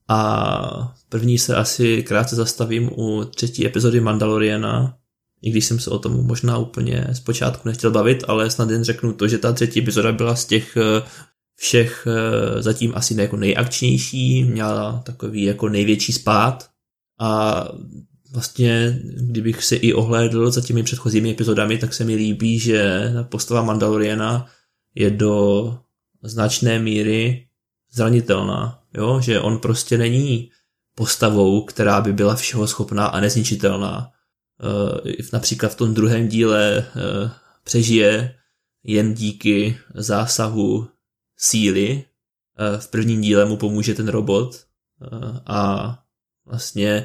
A první se asi krátce zastavím u třetí epizody Mandaloriana, i když jsem se o tom možná úplně zpočátku nechtěl bavit, ale snad jen řeknu to, že ta třetí epizoda byla z těch všech zatím asi jako nejakčnější, měla takový jako největší spád a vlastně, kdybych se i ohlédl za těmi předchozími epizodami, tak se mi líbí, že postava Mandaloriana je do značné míry zranitelná, jo? Že on prostě není postavou, která by byla všeho schopná a nezničitelná. E, například v tom druhém díle e, přežije jen díky zásahu síly. E, v prvním díle mu pomůže ten robot e, a vlastně e,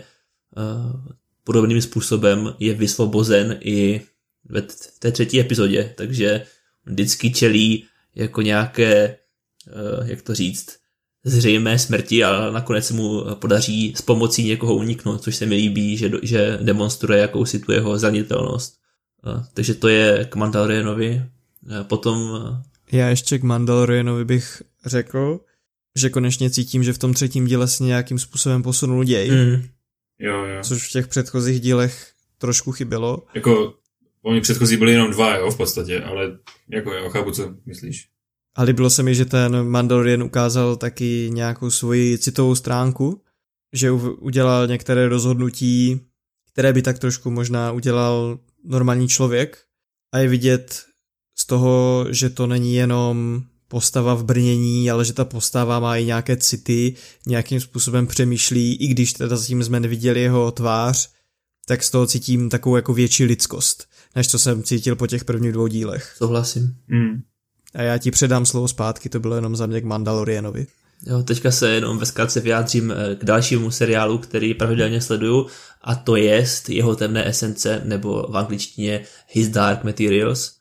podobným způsobem je vysvobozen i v té třetí epizodě, takže vždycky čelí jako nějaké, jak to říct, zřejmé smrti a nakonec se mu podaří s pomocí někoho uniknout, což se mi líbí, že, že demonstruje jakousi tu jeho zranitelnost. Takže to je k Mandalorianovi. Potom... Já ještě k Mandalorianovi bych řekl, že konečně cítím, že v tom třetím díle se nějakým způsobem posunul děj. Mm. Jo, jo. Což v těch předchozích dílech trošku chybělo. Jako, oni předchozí byli jenom dva, jo, v podstatě, ale jako jo, chápu, co myslíš. A líbilo se mi, že ten Mandalorian ukázal taky nějakou svoji citovou stránku, že udělal některé rozhodnutí, které by tak trošku možná udělal normální člověk a je vidět z toho, že to není jenom postava v brnění, ale že ta postava má i nějaké city, nějakým způsobem přemýšlí, i když teda zatím jsme neviděli jeho tvář, tak z toho cítím takovou jako větší lidskost, než co jsem cítil po těch prvních dvou dílech. Souhlasím. Mm. A já ti předám slovo zpátky, to bylo jenom za mě k Mandalorianovi. Jo, teďka se jenom ve zkratce vyjádřím k dalšímu seriálu, který pravidelně sleduju, a to jest Jeho temné esence, nebo v angličtině His Dark Materials.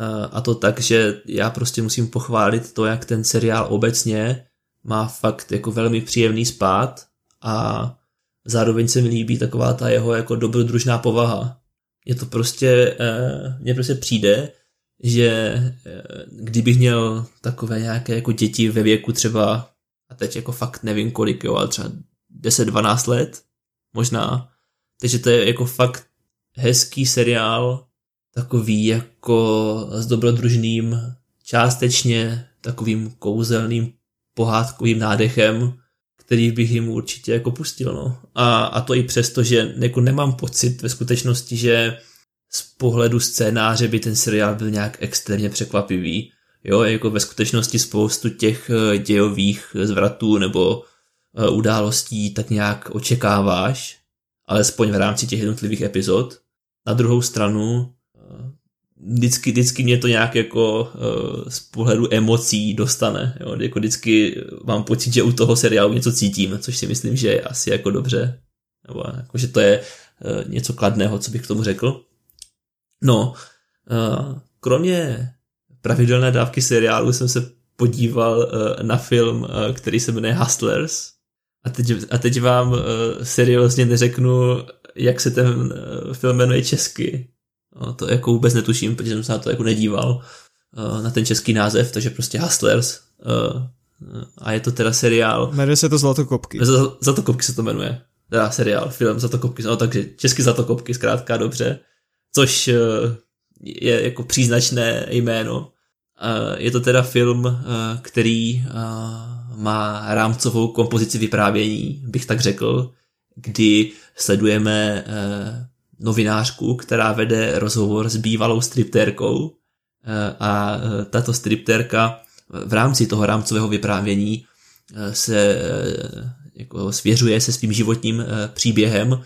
A to tak, že já prostě musím pochválit to, jak ten seriál obecně má fakt jako velmi příjemný spád a zároveň se mi líbí taková ta jeho jako dobrodružná povaha. Je to prostě, mně prostě přijde, že kdybych měl takové nějaké jako děti ve věku třeba, a teď jako fakt nevím kolik, jo, ale třeba deset dvanáct let, možná, takže to je jako fakt hezký seriál, takový jako s dobrodružným, částečně takovým kouzelným pohádkovým nádechem, který bych jim určitě jako pustil, no. A, a to i přesto, že jako nemám pocit ve skutečnosti, že z pohledu scénáře by ten seriál byl nějak extrémně překvapivý. Jo, jako ve skutečnosti spoustu těch dějových zvratů nebo událostí tak nějak očekáváš, alespoň v rámci těch jednotlivých epizod. Na druhou stranu vždycky, vždycky mě to nějak jako z pohledu emocí dostane. Jo? Jako vždycky mám pocit, že u toho seriálu něco cítím, což si myslím, že je asi jako dobře. Nebo jako, že to je něco kladného, co bych k tomu řekl. No, kromě pravidelné dávky seriálu jsem se podíval na film, který se jmenuje Hustlers. A teď, a teď vám seriózně neřeknu, jak se ten film jmenuje česky. No, to jako vůbec netuším, protože jsem se na to jako nedíval, na ten český název, takže prostě Hustlers. A je to teda seriál. Jmenuje se to Zlatokopky. Zlatokopky se to jmenuje. Teda seriál, film Zlatokopky. No, takže český Zlatokopky, zkrátka dobře. Což je jako příznačné jméno. Je to teda film, který má rámcovou kompozici vyprávění, bych tak řekl, kdy sledujeme novinářku, která vede rozhovor s bývalou striptérkou a tato striptérka v rámci toho rámcového vyprávění se jako svěřuje se svým životním příběhem,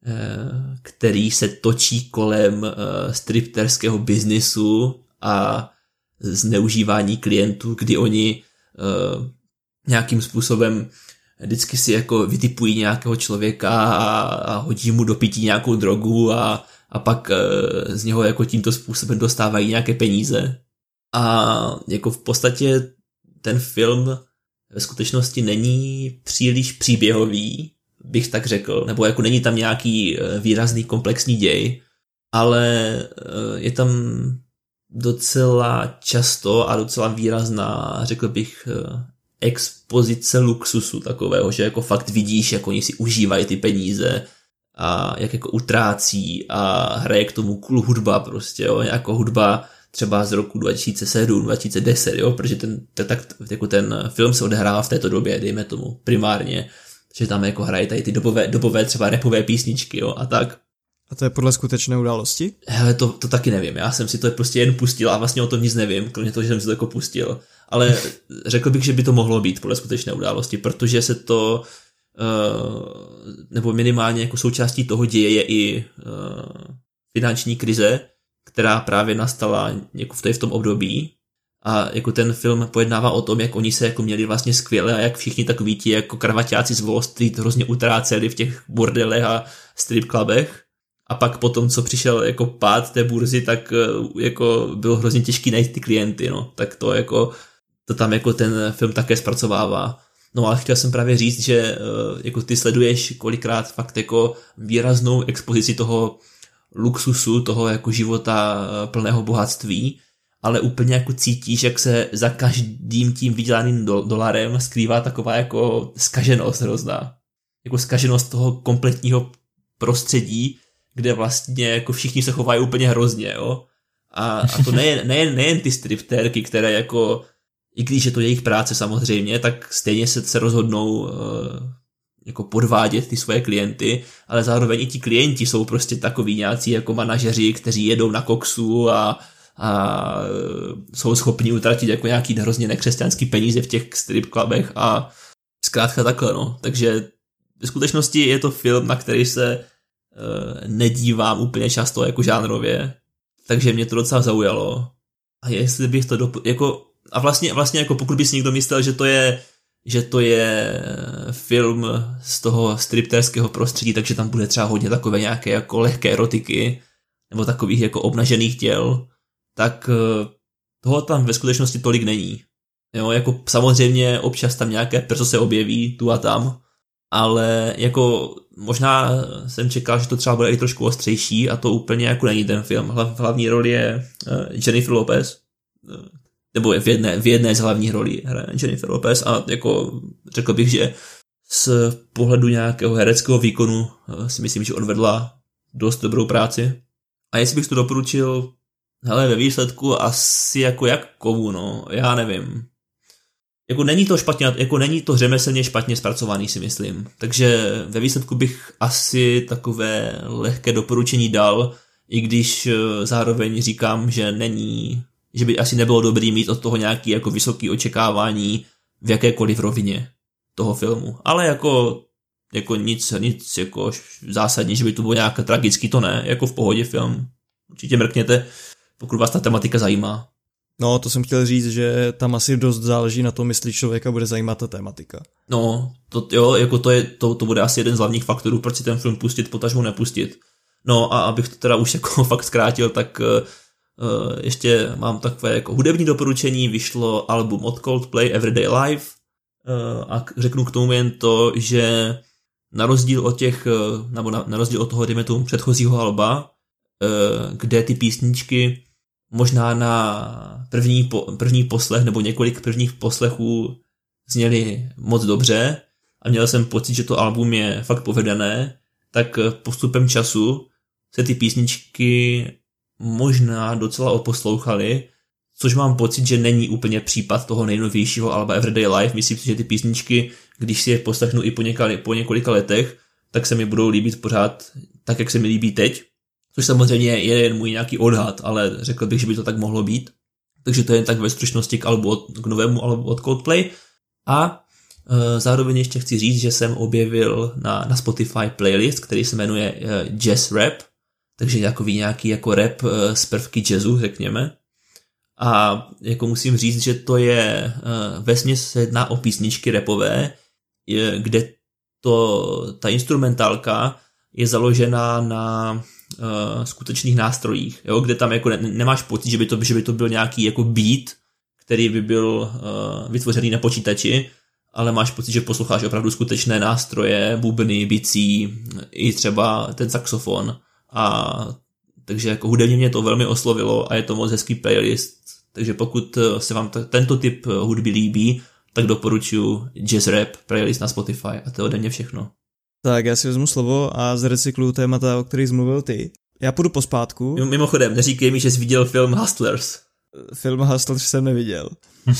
který se točí kolem stripterského biznisu a zneužívání klientů, kdy oni nějakým způsobem vždycky si jako vytipují nějakého člověka a, a hodí mu do pití nějakou drogu a, a pak z něho jako tímto způsobem dostávají nějaké peníze. A jako v podstatě ten film ve skutečnosti není příliš příběhový, bych tak řekl, nebo jako není tam nějaký výrazný komplexní děj, ale je tam docela často a docela výrazná, řekl bych, expozice luxusu takového, že jako fakt vidíš, jak oni si užívají ty peníze a jak jako utrácí a hraje k tomu cool hudba prostě, jo, jako hudba třeba z roku dva tisíce sedm, dva tisíce deset, jo, protože ten, tak, jako ten film se odehrává v této době, dejme tomu, primárně, že tam jako hrají tady ty dobové, dobové třeba rapové písničky, jo, a tak. A to je podle skutečné události? Hele, to, to taky nevím, já jsem si to prostě jen pustil a vlastně o tom nic nevím, kromě toho, že jsem si to jako pustil, ale řekl bych, že by to mohlo být podle skutečné události, protože se to, uh, nebo minimálně jako součástí toho děje je i uh, finanční krize, která právě nastala jako v, v tom období a jako ten film pojednává o tom, jak oni se jako měli vlastně skvěle a jak všichni takoví ti jako kravaťáci z Wall Street hrozně utráceli v těch bordelech a strip clubech a pak potom, co přišel jako pád té burzy, tak jako bylo hrozně těžký najít ty klienty, no, tak to jako to tam jako ten film také zpracovává. No ale chtěl jsem právě říct, že jako ty sleduješ kolikrát fakt jako výraznou expozici toho luxusu, toho jako života plného bohatství, ale úplně jako cítíš, jak se za každým tím vydělaným do, dolarem skrývá taková jako zkaženost hrozná. Jako zkaženost toho kompletního prostředí, kde vlastně jako všichni se chovají úplně hrozně, jo. A, a to nejen, nejen, nejen ty striptérky, které jako, i když je to jejich práce samozřejmě, tak stejně se, se rozhodnou uh, jako podvádět ty svoje klienty, ale zároveň i ti klienti jsou prostě takový nějací jako manažeři, kteří jedou na koksu a, a jsou schopni utratit jako nějaký hrozně nekřesťanský peníze v těch strip clubech a zkrátka takhle, no. Takže v skutečnosti je to film, na který se uh, nedívám úplně často jako žánrově, takže mě to docela zaujalo. A jestli bych to dop- jako a vlastně, vlastně jako pokud by si někdo myslel, že to je že to je film z toho stripterského prostředí, takže tam bude třeba hodně takové nějaké jako lehké erotiky nebo takových jako obnažených těl, tak toho tam ve skutečnosti tolik není. Jo, jako samozřejmě občas tam nějaké perso se objeví tu a tam, ale jako možná jsem čekal, že to třeba bude i trošku ostřejší a to úplně jako není ten film. Hlav, hlavní roli je Jennifer Lopez, nebo v jedné, v jedné z hlavních rolí hraje Jennifer Lopez a jako řekl bych, že z pohledu nějakého hereckého výkonu si myslím, že odvedla dost dobrou práci. A jestli bych to doporučil, hele, ve výsledku asi jako jak komu, no, já nevím. Jako není to špatně, jako není to řemeslně špatně zpracovaný, si myslím. Takže ve výsledku bych asi takové lehké doporučení dal, i když zároveň říkám, že není, že by asi nebylo dobrý mít od toho nějaký jako vysoký očekávání v jakékoliv rovině toho filmu. Ale jako, jako nic, nic jako zásadní, že by to bylo nějak tragický, to ne, jako v pohodě film. Určitě mrkněte, pokud vás ta tematika zajímá. No, to jsem chtěl říct, že tam asi dost záleží na tom, jestli člověka bude zajímat ta tematika. No, to, jo, jako to, je, to, to bude asi jeden z hlavních faktorů, proč si ten film pustit, potažmo nepustit. No a abych to teda už jako fakt zkrátil, tak uh, ještě mám takové jako hudební doporučení, vyšlo album od Coldplay Everyday Life uh, a řeknu k tomu jen to, že na rozdíl od těch, uh, nebo na, na rozdíl od toho, dejme tomu předchozího alba, uh, kde ty písničky možná na první, po, první poslech nebo několik prvních poslechů zněly moc dobře a měl jsem pocit, že to album je fakt povedené, tak postupem času se ty písničky možná docela oposlouchaly, což mám pocit, že není úplně případ toho nejnovějšího alba Everyday Life. Myslím si, že ty písničky, když si je poslechnu i po, něka, po několika letech, tak se mi budou líbit pořád tak, jak se mi líbí teď. Což samozřejmě je jen můj nějaký odhad, ale řekl bych, že by to tak mohlo být. Takže to je jen tak ve stručnosti k, albu od, k novému albu od Coldplay. A e, zároveň ještě chci říct, že jsem objevil na, na Spotify playlist, který se jmenuje e, Jazz Rap, takže takový nějaký jako rap e, z prvky jazzu, řekněme. A jako musím říct, že to je uh, vesměs se jedná o písničky rapové, je, kde to, ta instrumentálka je založená na uh, skutečných nástrojích, jo, kde tam jako ne, nemáš pocit, že by, to, že by to byl nějaký jako beat, který by byl uh, vytvořený na počítači, ale máš pocit, že posloucháš opravdu skutečné nástroje, bubny, bicí, i třeba ten saxofon. A takže jako hudebně mě to velmi oslovilo a je to moc hezký playlist. Takže pokud se vám t- tento typ hudby líbí, tak doporučuji Jazz Rap playlist na Spotify a to je ode mě všechno. Tak já si vezmu slovo a zrecykluju témata, o kterých jsi mluvil ty. Já půjdu pospátku. Mimochodem, neříkej mi, že jsi viděl film Hustlers. Film Hustlers jsem neviděl.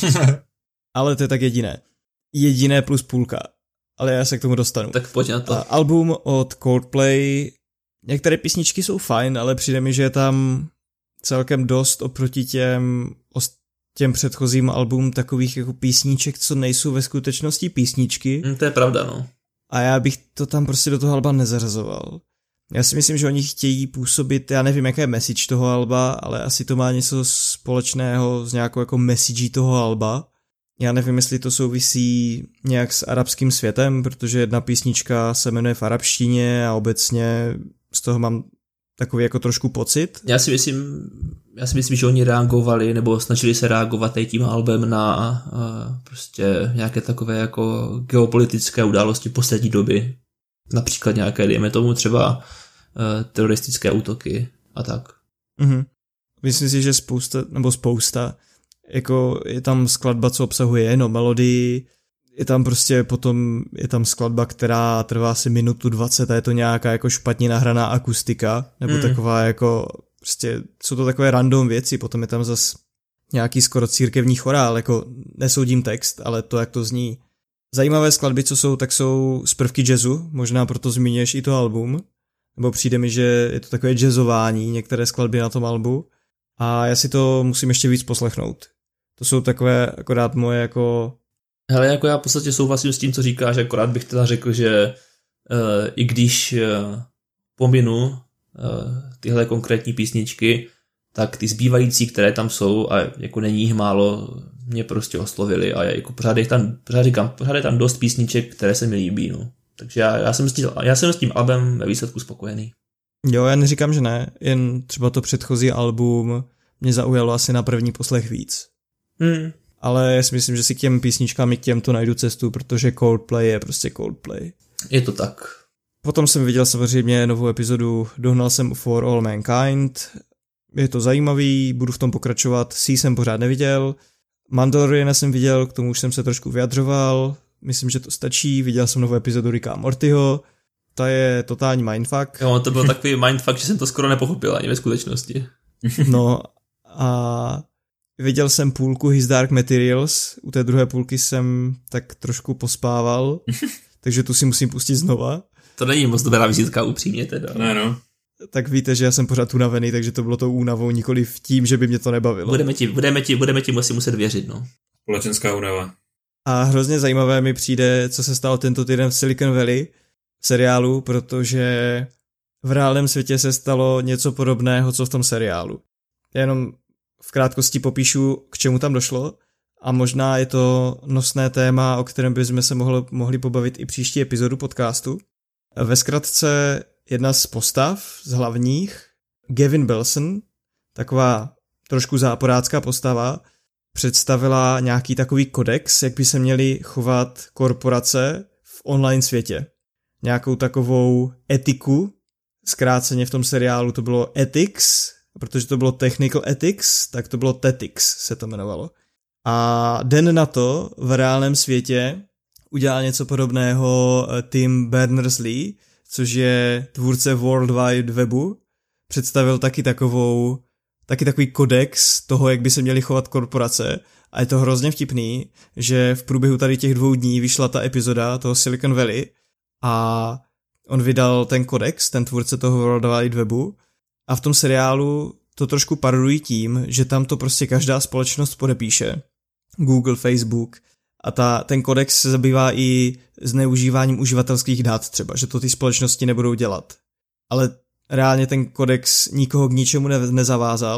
Ale to je tak jediné. Jediné plus půlka. Ale já se k tomu dostanu. Tak pojď na to. A album od Coldplay, některé písničky jsou fajn, ale přijde mi, že je tam celkem dost oproti těm, těm předchozím album takových jako písniček, co nejsou ve skutečnosti písničky. Mm, to je pravda, no. A já bych to tam prostě do toho alba nezařazoval. Já si myslím, že oni chtějí působit, já nevím, jaké je message toho alba, ale asi to má něco společného s nějakou jako message toho alba. Já nevím, jestli to souvisí nějak s arabským světem, protože jedna písnička se jmenuje v arabštině a obecně z toho mám takový jako trošku pocit. Já si myslím, já si myslím, že oni reagovali nebo snažili se reagovat tady tím albem na uh, prostě nějaké takové jako geopolitické události poslední doby. Například nějaké, dejme tomu třeba uh, teroristické útoky a tak. Mhm. Myslím si, že spousta, nebo spousta, jako je tam skladba, co obsahuje jenom melodii, je tam prostě potom, je tam skladba, která trvá asi minutu dvacet a je to nějaká jako špatně nahraná akustika, nebo mm. taková jako, prostě jsou to takové random věci, potom je tam zas nějaký skoro církevní chorál, jako nesoudím text, ale to, jak to zní. Zajímavé skladby, co jsou, tak jsou z prvky jazzu, možná proto zmíníš i to album, nebo přijde mi, že je to takové jazzování, některé skladby na tom albu a já si to musím ještě víc poslechnout. To jsou takové akorát moje jako... Hele, jako já v podstatě souhlasím s tím, co říkáš, akorát bych teda řekl, že uh, i když uh, pominu uh, tyhle konkrétní písničky, tak ty zbývající, které tam jsou, a jako není jich málo, mě prostě oslovili a jako pořád je tam, pořád říkám, pořád je tam dost písniček, které se mi líbí, no. Takže já, já, jsem s tím, já jsem s tím albem ve výsledku spokojený. Jo, já neříkám, že ne, jen třeba to předchozí album mě zaujalo asi na první poslech víc. Hmm. Ale já si myslím, že si k těm písničkám i k těm to najdu cestu, protože Coldplay je prostě Coldplay. Je to tak. Potom jsem viděl samozřejmě novou epizodu, dohnal jsem For All Mankind, je to zajímavý, budu v tom pokračovat, Sea jsem pořád neviděl, Mandaloriana jsem viděl, k tomu už jsem se trošku vyjadřoval, myslím, že to stačí, viděl jsem novou epizodu Ricka a Mortyho, ta je totální mindfuck. Jo, to byl takový mindfuck, že jsem to skoro nepochopil ani ve skutečnosti. No a viděl jsem půlku His Dark Materials, u té druhé půlky jsem tak trošku pospával, takže tu si musím pustit znova. To není moc dobrá vizitka, upřímně teda. Ne, no. Tak víte, že já jsem pořád unavený, takže to bylo tou únavou, nikoli v tím, že by mě to nebavilo. Budeme ti, budeme ti, budeme ti muset, muset věřit, no. Společenská únava. A hrozně zajímavé mi přijde, co se stalo tento týden v Silicon Valley v seriálu, protože v reálném světě se stalo něco podobného, co v tom seriálu. Já jenom v krátkosti popíšu, k čemu tam došlo a možná je to nosné téma, o kterém bychom se mohli, mohli pobavit i příští epizodu podcastu. Ve zkratce jedna z postav, z hlavních, Gavin Belson, taková trošku záporácká postava, představila nějaký takový kodex, jak by se měly chovat korporace v online světě. Nějakou takovou etiku, zkráceně v tom seriálu to bylo ethics, protože to bylo technical ethics, tak to bylo tetics se to jmenovalo. A den na to v reálném světě udělal něco podobného Tim Berners-Lee, což je tvůrce World Wide Webu, představil taky takovou, taky takový kodex toho, jak by se měly chovat korporace. A je to hrozně vtipný, že v průběhu tady těch dvou dní vyšla ta epizoda toho Silicon Valley a on vydal ten kodex, ten tvůrce toho World Wide Webu, a v tom seriálu to trošku parodují tím, že tam to prostě každá společnost podepíše. Google, Facebook. A ta, ten kodex se zabývá i zneužíváním uživatelských dat třeba, že to ty společnosti nebudou dělat. Ale reálně ten kodex nikoho k ničemu ne, nezavázal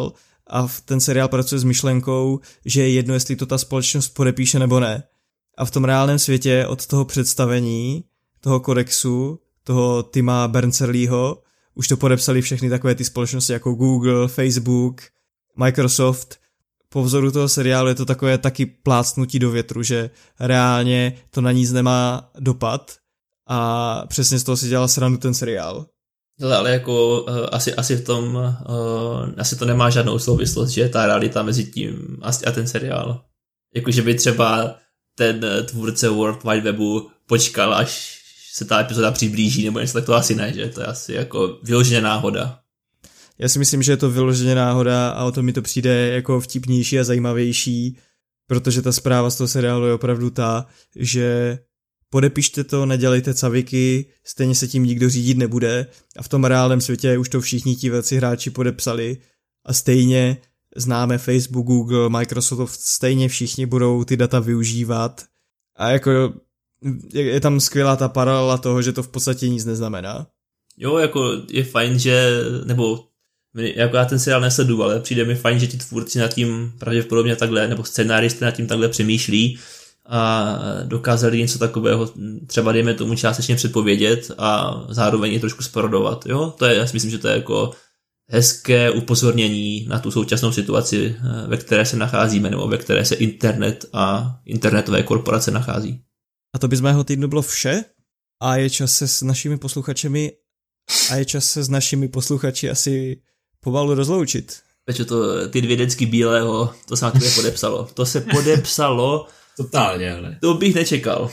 a ten seriál pracuje s myšlenkou, že je jedno, jestli to ta společnost podepíše nebo ne. A v tom reálném světě od toho představení, toho kodexu, toho Tima Berners-Leeho, už to podepsali všechny takové ty společnosti jako Google, Facebook, Microsoft. Po vzoru toho seriálu je to takové taky plácnutí do větru, že reálně to na nic nemá dopad a přesně z toho si dělal srandu ten seriál. Ale, ale jako uh, asi, asi v tom uh, asi to nemá žádnou souvislost, že ta realita mezi tím a ten seriál. Jakože by třeba ten tvůrce World Wide Webu počkal, až se ta epizoda přiblíží, nebo něco tak to asi ne, že to je asi jako vyloženě náhoda. Já si myslím, že je to vyloženě náhoda a o to mi to přijde jako vtipnější a zajímavější, protože ta zpráva z toho seriálu je opravdu ta, že podepište to, nedělejte caviky, stejně se tím nikdo řídit nebude a v tom reálném světě už to všichni ti velcí hráči podepsali a stejně známe Facebook, Google, Microsoft, stejně všichni budou ty data využívat a jako je tam skvělá ta paralela toho, že to v podstatě nic neznamená. Jo, jako je fajn, že, nebo jako já ten seriál nesledu, ale přijde mi fajn, že ti tvůrci nad tím pravděpodobně takhle, nebo scenáristé nad tím takhle přemýšlí a dokázali něco takového třeba dejme tomu částečně předpovědět a zároveň je trošku sparodovat. Jo, to je, já si myslím, že to je jako hezké upozornění na tu současnou situaci, ve které se nacházíme, nebo ve které se internet a internetové korporace nachází. A to by z mého týdnu bylo vše a je čas se s našimi posluchačemi a je čas se s našimi posluchači asi pomalu rozloučit. Peťo, to, ty dvě decky bílého, to se na tebe podepsalo. To se podepsalo. Totálně, ale. To bych nečekal.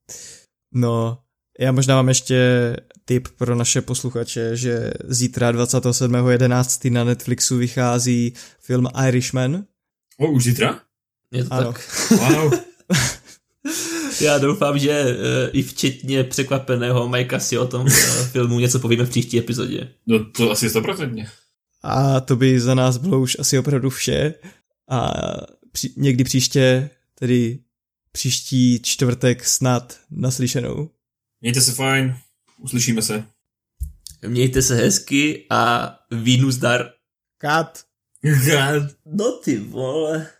No, já možná mám ještě tip pro naše posluchače, že zítra dvacátého sedmého jedenáctého na Netflixu vychází film Irishman. O, už zítra? Je to ano. tak. Wow. Já doufám, že uh, i včetně překvapeného Mikea si o tom uh, filmu něco povíme v příští epizodě. No to asi sto procent. A to by za nás bylo už asi opravdu vše. A při, někdy příště, tedy příští čtvrtek snad naslyšenou. Mějte se fajn, uslyšíme se. Mějte se hezky a vínu zdar. Kat. No ty vole.